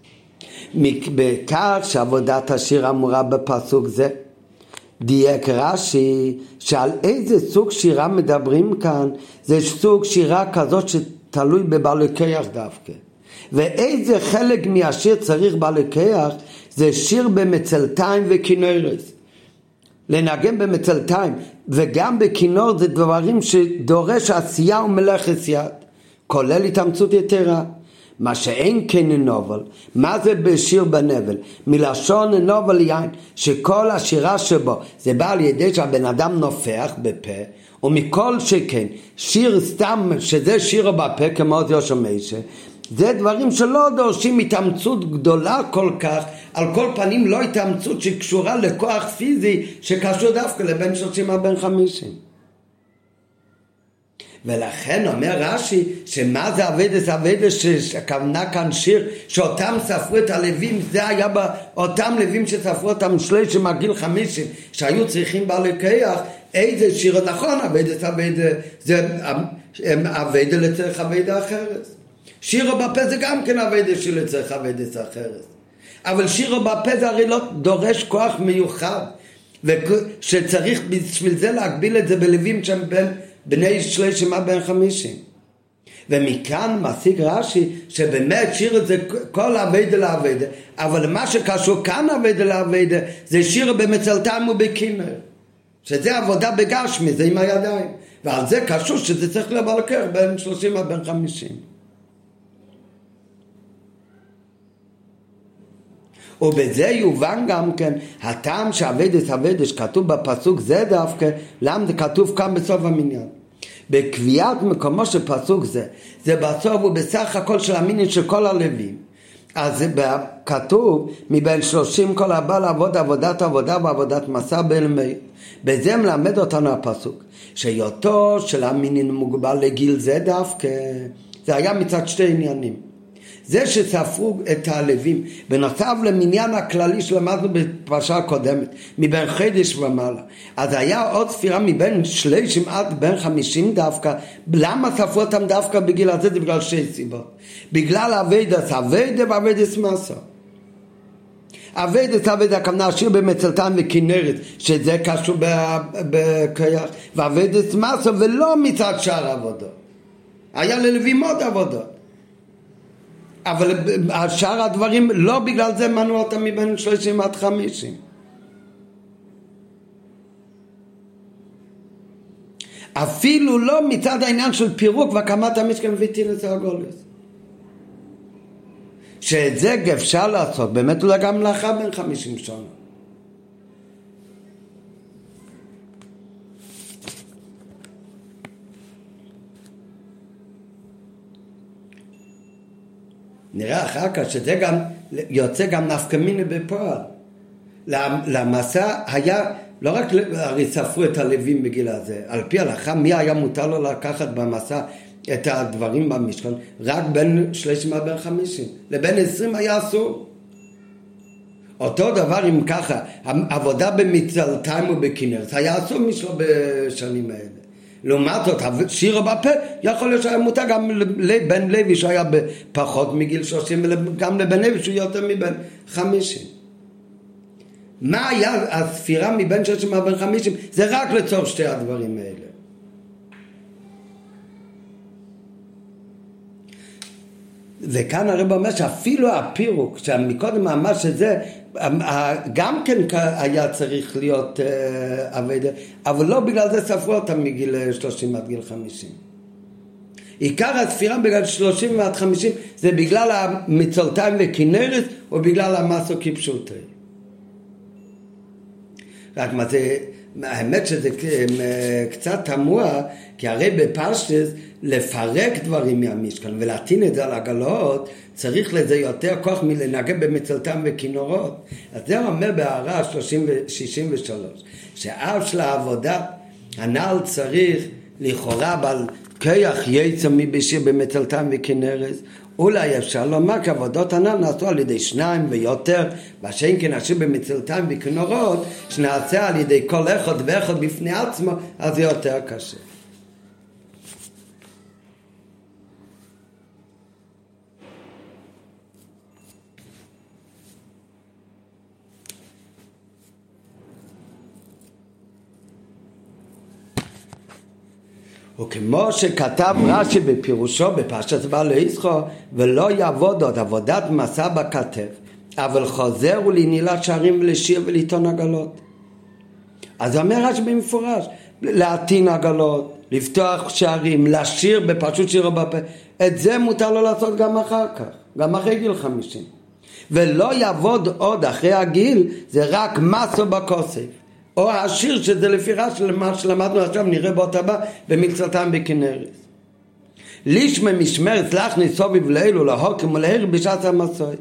בכך שעבודת השיר אמורה בפסוק זה, דייק רש"י שעל איזה סוג שירה מדברים כאן. זה סוג שירה כזאת שתלוי בבעלי כיח דווקא, ואיזה חלק מהשיר צריך בעלי כיח? זה שיר במצלתיים וכנרת. לנגן במצלתיים וגם בכינור זה דברים שדורש עשייה ומלאכת יד, כולל התאמצות יתרה. מה שאין כן נובל, מה זה בשיר בנבל? מלשון נובל יין, שכל השירה שבו זה בא על ידי שהבן אדם נופח בפה, ומכל שכן שיר סתם שזה שיר בפה כמו זה יושמיישה, זה דברים שלא דורשים התאמצות גדולה כל כך, על כל פנים לא התאמצות שקשורה לכוח פיזי שקשור דווקא לבין 30 עד 50. ולכן אומר רש"י שמה זה עבדת עבדת, שהכוונה כאן שיר שאותם ספרו את הלווים, זה היה אותם לווים שספרו אותם שלוש מגיל 50 שהיו צריכים בעלי כיח. איזה שיר? נכון, עבדת עבדת זה עבדת לצריך עבדת אחרת. שירו בפה זה גם כן עבדת שלצריך עבדת אחרת, אבל שירו בפה זה הרי לא דורש כוח מיוחד, ושצריך בשביל זה להגביל את זה בלווים שהם בני 30 עד 50. ומכאן משיג רש"י שבאמת שיר זה כל עבדה לעבדה, אבל מה שקשור כאן עבדה לעבדה זה שיר במצלתיים ובכינר, שזה עבודה בגשמי, זה עם הידיים, ועל זה קשור שזה צריך לבלקר בין 30 עד 50. ובזה יובן גם כן הטעם שעבדת עבדת שכתוב בפסוק זה דווקא, למה זה כתוב כאן בסוף המניין? בקביעת מקומו של פסוק זה בסוף ובסך הכל של המינים של כל הלווים. אז כתוב מבין 30 כל הבא לעבוד עבודת עבודה ועבודת מסע בלמי. בזה מלמד אותנו הפסוק שיותו של המינים מוגבל לגיל זה דווקא, זה היה מצד שתי עניינים. זה שספרו את הלווים בנוסף למניין הכללי שלמדנו בפרשה הקודמת מבין חודש ומעלה, אז היה עוד ספירה מבין 30 עד בין 50 דווקא. למה ספרו אותם דווקא בגיל הזה? זה בגלל שתי סיבות. בגלל עבדת עבדה ועבדת מסע. עבדת עבדה הכוונה שיר במצלתיים וכנרת שזה קשור בכיח, ועבדת מסע ולא מצד שאר עבודות. היה ללווים עוד עבודות, אבל השאר הדברים לא בגלל זה מנעו אותם מבין 30 עד 50. אפילו לא מצד העניין של פירוק והקמת המשכן ותילת הגולס, שאת זה אפשר לעשות באמת אולי גם לאחר בין 50 שנה. נראה אחר כך שזה גם יוצא גם נפקא מינה בפועל. למסע היה לא רק הרי ספרו את הלווים בגיל הזה, על פי הלכה מי היה מותר לו לקחת במסע את הדברים במשכן? רק בין 30 עד 50, לבין 20 היה אסור. אותו דבר אם ככה עבודה במצלתיים ובכנרת היה אסור משלו בשנים האלה. לעומת זאת, שירו בפה יכול להיות שהיה מותר גם לבן לוי שהיה פחות מגיל 30 וגם לבן לוי שהוא יותר מבין 50. מה היה הספירה מבין 30 עד 50? זה רק לצורך שתי הדברים האלה. וכאן הרב אומר שאפילו הפירוק שמקודם אמר שזה גם כן היה צריך להיות עבודה, אבל לא בגלל זה ספרו אותם מגיל 30 עד גיל 50. עיקר הספירה בגלל 30 עד 50 זה בגלל המצלתיים וכנרת או בגלל המסו כפשוטי. רק מה זה, האמת שזה קצת תמוה, כי הרי בפשטס לפרק דברים מהמשכן ולהטעין את זה על עגלות, צריך לזה יותר כוח מלנגן במצלתם וכינורות. אז זה אומר בהערה 63, שאף של העבודה הנעל צריך לכאורה בעל כיח יצא מבשיר במצלתם וכנרס, אולי אפשר לומר כי עבודות הנעל נעשו על ידי שניים ויותר, והשאין כן השיר במצלתם וכנורות שנעשה על ידי כל אחד ואחד בפני עצמו, אז זה יותר קשה. וכמו שכתב רש"י בפירושו בפרשת בעל ישחו, ולא יעבוד עוד עבודת מסע בכתף, אבל חוזר ולנעילת שערים ולשיר ולטעון עגלות. אז אומר רש"י במפורש, להטעין עגלות, לפתוח שערים, לשיר בפשוט שירו בפה, את זה מותר לו לעשות גם אחר כך, גם אחרי גיל 50. ולא יעבוד עוד אחרי הגיל, זה רק מסו בכוסף. או השיר שזה לפי רש"י למה שלמדנו עכשיו, נראה באות הבא, במקצתם בכנרת. לישמע משמרת להכניס סוביב לאלו, להוקם ולהר בשעת המסוי.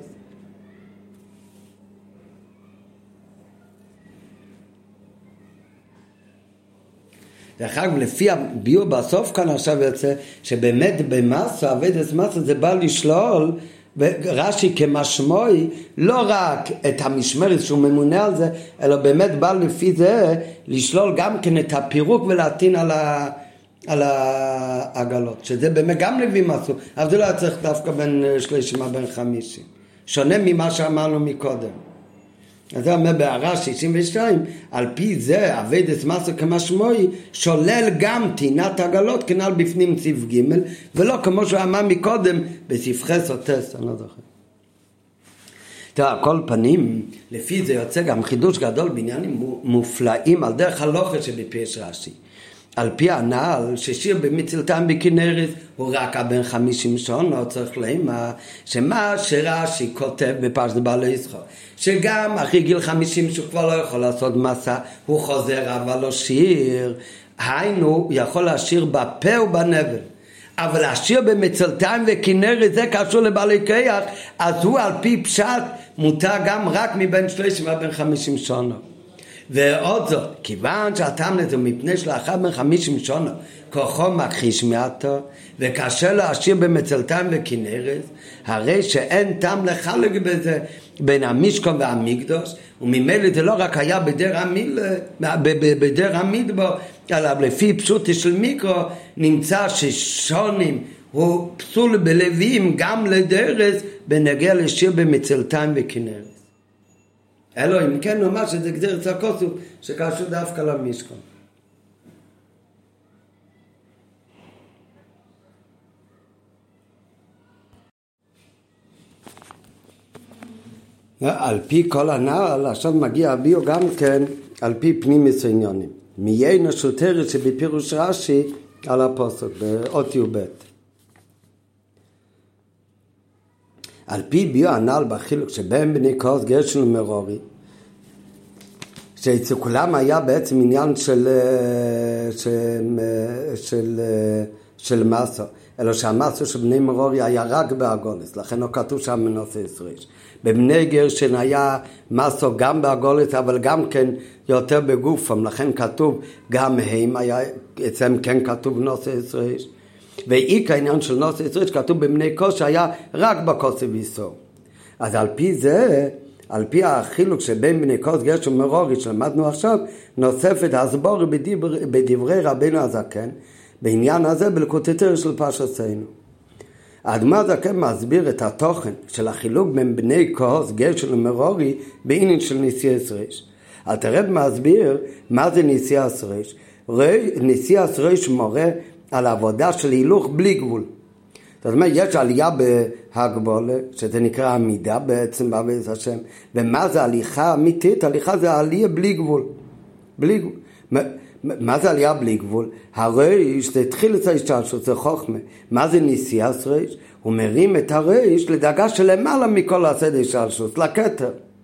דרך אגב, לפי הביור בסוף כאן עכשיו יוצא, שבאמת במסו, עבודת מסו זה בא לשלול, ורש"י כמשמעי לא רק את המשמרת שהוא ממונה על זה, אלא באמת בא לפי זה לשלול גם כן את הפירוק ולהטעין על העגלות, שזה באמת גם לוי מסו, אבל זה לא היה צריך דווקא בין 30 בין 50, שונה ממה שאמרנו מקודם. אז זה אומר בהערה 62, על פי זה עבודת מסו כמשמעי שולל גם טעינת עגלות כנ"ל בפנים סעיף ג', ולא כמו שהוא אמר מקודם בספרי סוטס, אני לא זוכר. תראה, על כל פנים, לפי זה יוצא גם חידוש גדול בעניינים מופלאים על דרך הלוכה שבפירוש רש"י. על פי הנעל ששיר במצלתם בכנרת הוא רק בן 50 שנה, צריך להימה שמה שרש"י כותב בפרשת בעל ישחו, שגם אחרי גיל 50 שהוא כבר לא יכול לעשות מסע, הוא חוזר אבל לא שיר, היינו הוא יכול לשיר בפה ובנבל, אבל לשיר במצלתם וכנרת זה קשור לבעלי כיח, אז הוא על פי פשט מותר גם רק מבין 30 ובין 50 שנה. ועוד זאת, כיוון שהטעם לזה מפני שלאחר בן 50 שנה כוחו מכחיש מעטו וקשה להשאיר במצלתם וכנרת, הרי שאין טעם לחלק בזה בין המשכן והמקדוש, וממילא זה לא רק היה בדר המדבר, אלא לפי פשוטי של מיקרו נמצא ששונים הוא פסול בלווים גם לדרס בנגיע לשיר במצלתם וכנרת. אלו אם כן נאמר שזה גזיר צרקוסו שקשור דווקא למשכן. על פי כל הנעל עכשיו מגיע הביו גם כן על פי פנים עניונים. מיינו שוטרת שבפירוש רש"י על הפוסק באות י"ב. על פי ביו הנעל בחילוק שבין בני כוס גרשון ומרורי, שאצל כולם היה בעצם עניין של מסו, אלא שהמסו של בני מרורי היה רק באגולס, לכן לא כתוב שם מנוסי ישראל. בבני גרשון היה מסו גם באגולס, אבל גם כן יותר בגופם, לכן כתוב גם הם, אצלם כן כתוב נוסי ישראל. ואיק העניין של נוסי ישראל שכתוב בבני כוס שהיה רק בכוס ויסור. אז על פי זה, על פי החילוק שבין בני כוס גרשון ומרורי שלמדנו עכשיו, נוספת הסבור בדברי רבינו הזקן, בעניין הזה בלקוטי של פרשתנו. האדמו"ר הזקן מסביר את התוכן של החילוק בין בני כוס גרשון ומרורי בעניין של נשיא ישראל. אלתר רבי מסביר מה זה נשיא ישראל. נשיא ישראל מורה על העבודה של הילוך בלי גבול. זאת אומרת, יש עלייה בהגבולה, שזה נקרא עמידה בעצם בעבודת השם. ומה זה הליכה אמיתית? הליכה זה עלייה בלי גבול. בלי גבול. מה זה עלייה בלי גבול? הריש זה התחיל את ההשתלשלות, זה חוכמה. מה זה נשיאת ריש? הוא מרים את הריש לדרגה שלמעלה מכל הסדר השתלשלות, לכתר.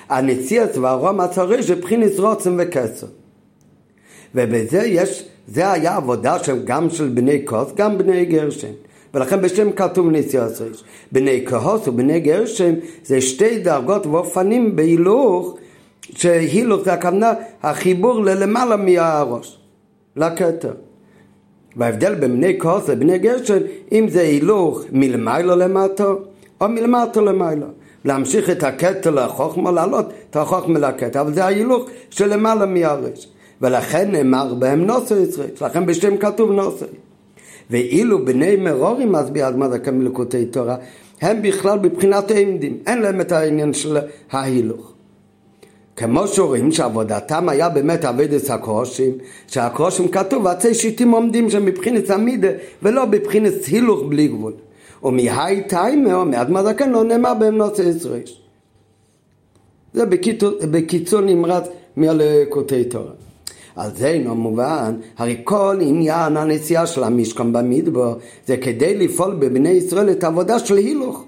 הנציאס והרום הצורי שבחינס רוצם וקסר. ובזה זה היה עבודה גם של בני כוס, גם בני גרשם. ולכן בשם כתוב נציאס ריש. בני כוס ובני גרשם זה שתי דרגות ואופנים בהילוך, שהילוך זה הכוונה החיבור ללמעלה מהראש, לכתר. וההבדל בין בני כוס לבני גרשם, אם זה הילוך מלמעלה למטה, או מלמטה למעלה. להמשיך את הכתר לחוכמה, לעלות את החוכמה לכתר, אבל זה ההילוך שלמעלה מהראש. ולכן נאמר בהם נוסר ישראל, לכן בשם כתוב נוסר. ואילו בני מרורים מסביר מה זה כמלקוטי תורה, הם בכלל בבחינת העמדים, אין להם את העניין של ההילוך. כמו שרואים שעבודתם היה באמת עבודת הקרושים, שהקרושים כתוב עצי שיטים עומדים שם בבחינת עמידה ולא בבחינת הילוך בלי גבול. ומהי טיימר, מאדמת הזקן לא נאמר בהם נוסר ישראל. זה בקיצור נמרץ מהלקוטי תורה. על זה אינו מובן, הרי כל עניין הנסיעה של המשכן במדבר זה כדי לפעול בבני ישראל את העבודה של הילוך.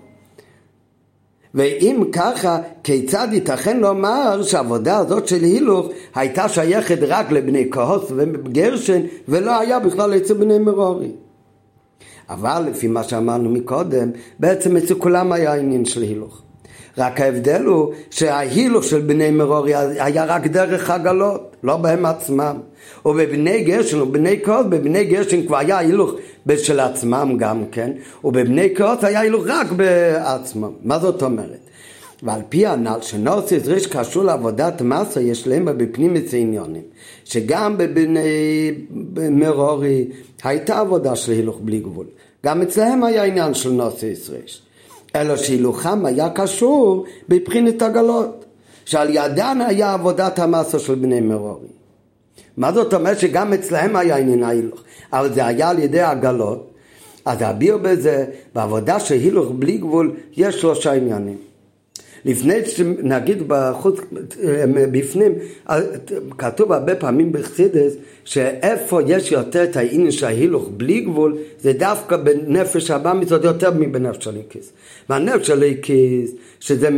ואם ככה, כיצד ייתכן לומר שהעבודה הזאת של הילוך הייתה שייכת רק לבני כהוס וגרשן ולא היה בכלל אצל בני מרורי? אבל לפי מה שאמרנו מקודם, בעצם אצל כולם היה עניין של הילוך. רק ההבדל הוא שההילוך של בני מרורי היה רק דרך הגלות, לא בהם עצמם. ובבני גרשן ובבני כהוס, בבני גרשן כבר היה הילוך של עצמם גם כן, ובבני כהוס היה הילוך רק בעצמם. מה זאת אומרת? ועל פי הנ"ל שנוסר ישראל קשור לעבודת מסה, יש להם בפנים עניונים, שגם בבני מרורי הייתה עבודה של הילוך בלי גבול. גם אצלהם היה עניין של נוסר ישראל. אלא שהילוכם היה קשור בבחינת הגלות, שעל ידן היה עבודת המסה של בני מרורי. מה זאת אומרת? שגם אצלהם היה עניין ההילוך, אבל זה היה על ידי הגלות. אז להביע בזה, בעבודה של הילוך בלי גבול יש 3 עניינים. לפני שנגיד בחוץ, בפנים, כתוב הרבה פעמים בחסידות, שאיפה יש יותר את העניין של ההילוך בלי גבול, זה דווקא בנפש הבאמיס, עוד יותר מבנפש הליקיס. והנפש הליקיס, שזה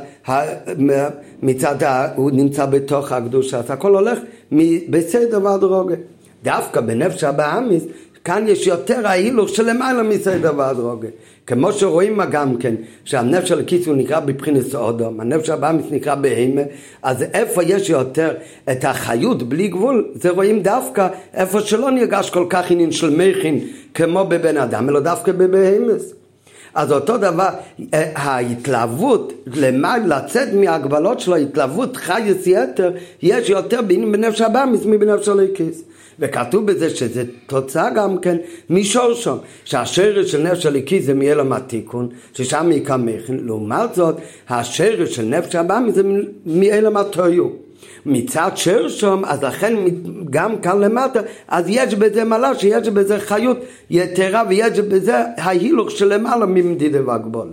הוא נמצא בתוך הקדושה, אז הכל הולך בסדר והדרוגה. דווקא בנפש הבאמיס, כאן יש יותר ההילוך שלמעלה מסדר והדרוגה. כמו שרואים גם כן, שהנפש הליקיס הוא נקרא בבחינת אדם, הנפש הבאמיס נקרא בהמה, אז איפה יש יותר את החיות בלי גבול, זה רואים דווקא איפה שלא נרגש כל כך עניין של מכין כמו בבן אדם, אלא דווקא בבהמס. אז אותו דבר, ההתלהבות לצאת מהגבלות שלו, ההתלהבות חייס יתר, יש יותר בנפש הבאמיס מבנפש הליקיס. וכתוב בזה שזה תוצאה גם כן משורשם, שהשרש של נפש הליקיס זה מאלם התיקון, ששם יקרא מכין. לעומת זאת, השרש של נפש הבאמיס זה מאלם התויו. מצד שורשם, אז לכן גם כאן למטה, אז יש בזה מעלה, שיש בזה חיות יתרה, ויש בזה ההילוך שלמעלה ממדידה והגבולה.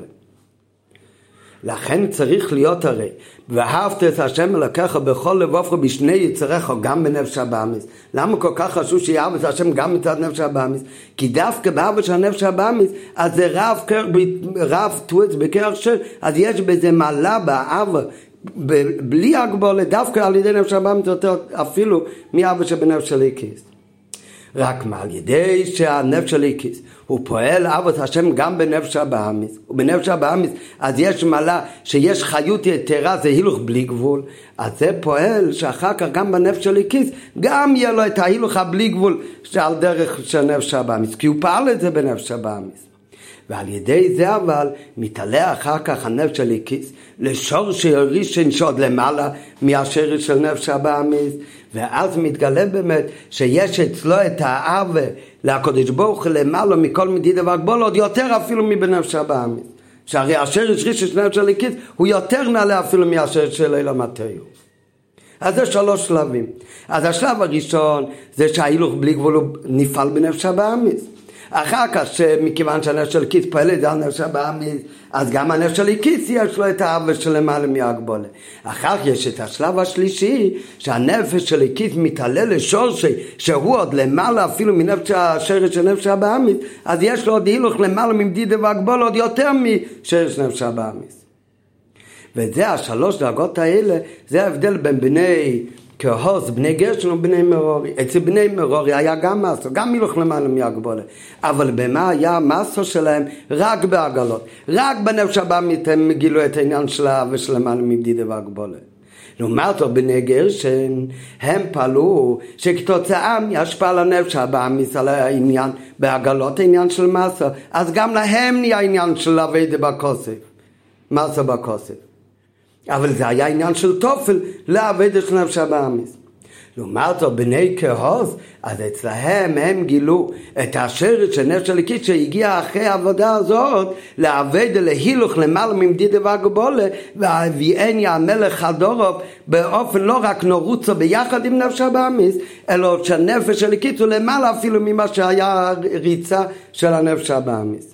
לכן צריך להיות הרי, ואהבת את השם אלוקיך בכל לבבך בשני יצריך, גם בנפש הבאמיס. למה כל כך חשוב שיאהב את השם גם מצד נפש הבאמיס? כי דווקא באהבה של נפש הבאמיס, אז זה רב תועץ בקרח של, אז יש בזה מעלה באהבה, בלי הגבולה, דווקא על ידי נפש הבאמיס, יותר אפילו מאהבה שבנפש הליקיס. רק מה, על ידי שהנפש הליקיס הוא פועל אהבת השם גם בנפש הבאמיס, ובנפש הבאמיס אז יש מעלה שיש חיות יתרה, זה הילוך בלי גבול, אז זה פועל שאחר כך גם בנפש הליקיס גם יהיה לו את ההילוך הבלי גבול שעל דרך של נפש הבאמיס, כי הוא פעל את זה בנפש הבאמיס. ועל ידי זה אבל מתעלה אחר כך הנפש הליקיס לשורש ראשון שעוד למעלה מהשרש של נפש הבאמיס, ואז מתגלה באמת שיש אצלו את האהבה לקדוש ברוך הוא למעלה מכל מדידה והגבול, עוד יותר אפילו מבנפש הבאמיס, שהרי השרש ראשון של נפש הליקיס הוא יותר נעלה אפילו מהשרש של עולם התוהו. אז זה 3 שלבים. אז השלב הראשון זה שההילוך בלי גבול הוא נפעל בנפש הבאמיס. אחר כך שמכיוון שהנפש הליקיס פועל את זה על נפש הבאמיס, אז גם הנפש הליקיס יש לו את האהבה שלמעלה מהגבולה. אחר כך יש את השלב השלישי, שהנפש הליקיס מתעלה לשורשי, שהוא עוד למעלה אפילו מנפש השרש של נפש הבאמיס, אז יש לו עוד הילוך למעלה ממדידה והגבולה עוד יותר משרש נפש הבאמיס. וזה השלוש דרגות האלה, זה ההבדל בין בני כהוס, בני גרשון ובני מרורי. אצל בני מרורי היה גם מסו, גם הילוך למעלה מהגבולה. אבל במה היה המסו שלהם? רק בעגלות. רק בנפש הבאמית הם גילו את העניין שלה ושלמעלה מבדידה והגבולה. לעומת זאת בני גרשון, הם פעלו שכתוצאה מהשפעה על הנפש הבאמית על העניין, בעגלות העניין של מסו, אז גם להם נהיה העניין של עבודה בכוסף. מסו בכוסף. אבל זה היה עניין של תופל לעבודה של נפש הבאמית. לעומת זאת בני כהוס, אז אצלהם הם גילו את השרץ של נפש הליקית שהגיע אחרי העבודה הזאת לעבודה להילוך למעלה ממדידה והגבולה, והביאני המלך הדורוב באופן לא רק נורוצו ביחד עם נפש הבאמית, אלא שהנפש הליקית הוא למעלה אפילו ממה שהיה ריצה של הנפש הבאמית.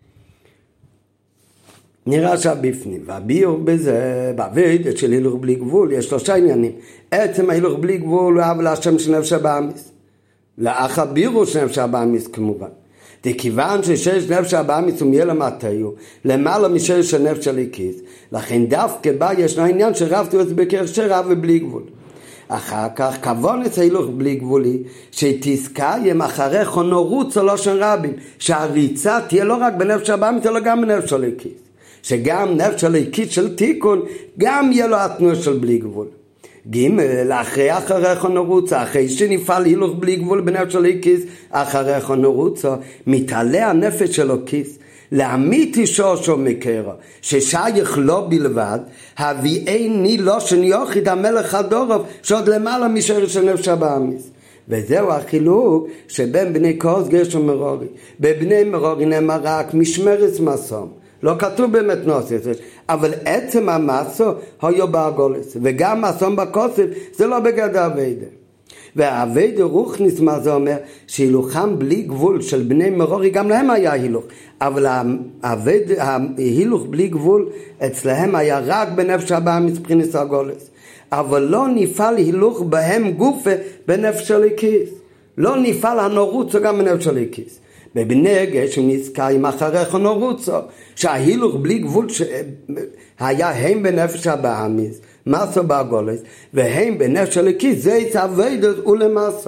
נראה שהבפנים, והביור בזה, בעבודה של הילוך בלי גבול, יש שלושה עניינים. עצם ההילוך בלי גבול הוא אהב להשם של נפש הבאמית. לאח הבירו של נפש הבאמית כמובן. וכיוון ששרש נפש הבאמית הוא מילה מטהו, למעלה משרש של נפש הליקית, לכן דווקא בה ישנו העניין שרבתי את בקרש שרב ובלי גבול. אחר כך כוון את ההילוך בלי גבולי, שתזכיים אחריך נורוץ או לא של רבים, שהריצה תהיה לא רק בנפש הבאמית אלא גם בנפש הליקית. שגם נפש הליקית של תיקון, גם יהיה לו התנועה של בלי גבול. ג' אחריך נורוצה, אחרי שנפעל הילוך בלי גבול בנפש הליקית, אחריך נורוצה, מתעלה הנפש שלו כיס, לעמית שושו מקרה, ששייך לו בלבד, הביאני לא שניוחד המלך הדורוב, שעוד למעלה משרש של נפש הבאמית. וזהו החילוק שבין בני כהוס גרשון מרורי. בבני מרורי נאמר רק משמרץ מסום. לא כתוב באמת נוסף, אבל עצם המסו היו בעגולת, וגם מסום בכוסף זה לא בגדר עבודה. והעבודה רוחניס, מה זה אומר? שהילוכם בלי גבול של בני מרורי, גם להם היה הילוך, אבל ההילוך בלי גבול אצלהם היה רק בנפש הבאמית מבחינת הגולת, אבל לא נפעל הילוך בהם גופה בנפש הליקית, לא נפעל הנורוצו גם בנפש הליקית. בבני גרשון נזכרים אחריך נורוצו, שההילוך בלי גבול היה הם בנפש הבאמית, מסו בעגולת, והם בנפש הליקית, זה התעבדת ולמסו.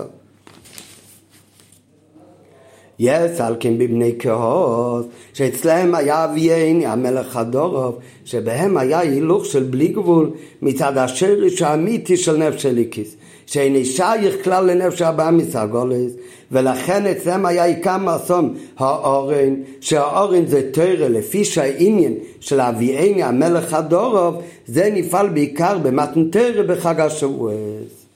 יש על כן בבני כהוס, שאצלהם היה אביאני המלך הדורוב, שבהם היה הילוך של בלי גבול, מצד השרש האמיתי של נפש הליקית, שאיני שייך כלל לנפש הבאמית הגולת, ולכן אצלם היה עיקר מסום האורן, שהאורן זה תורה, לפי שהעניין של אביאני המלך הדורוב, זה נפעל בעיקר במתן תורה בחג השבועות.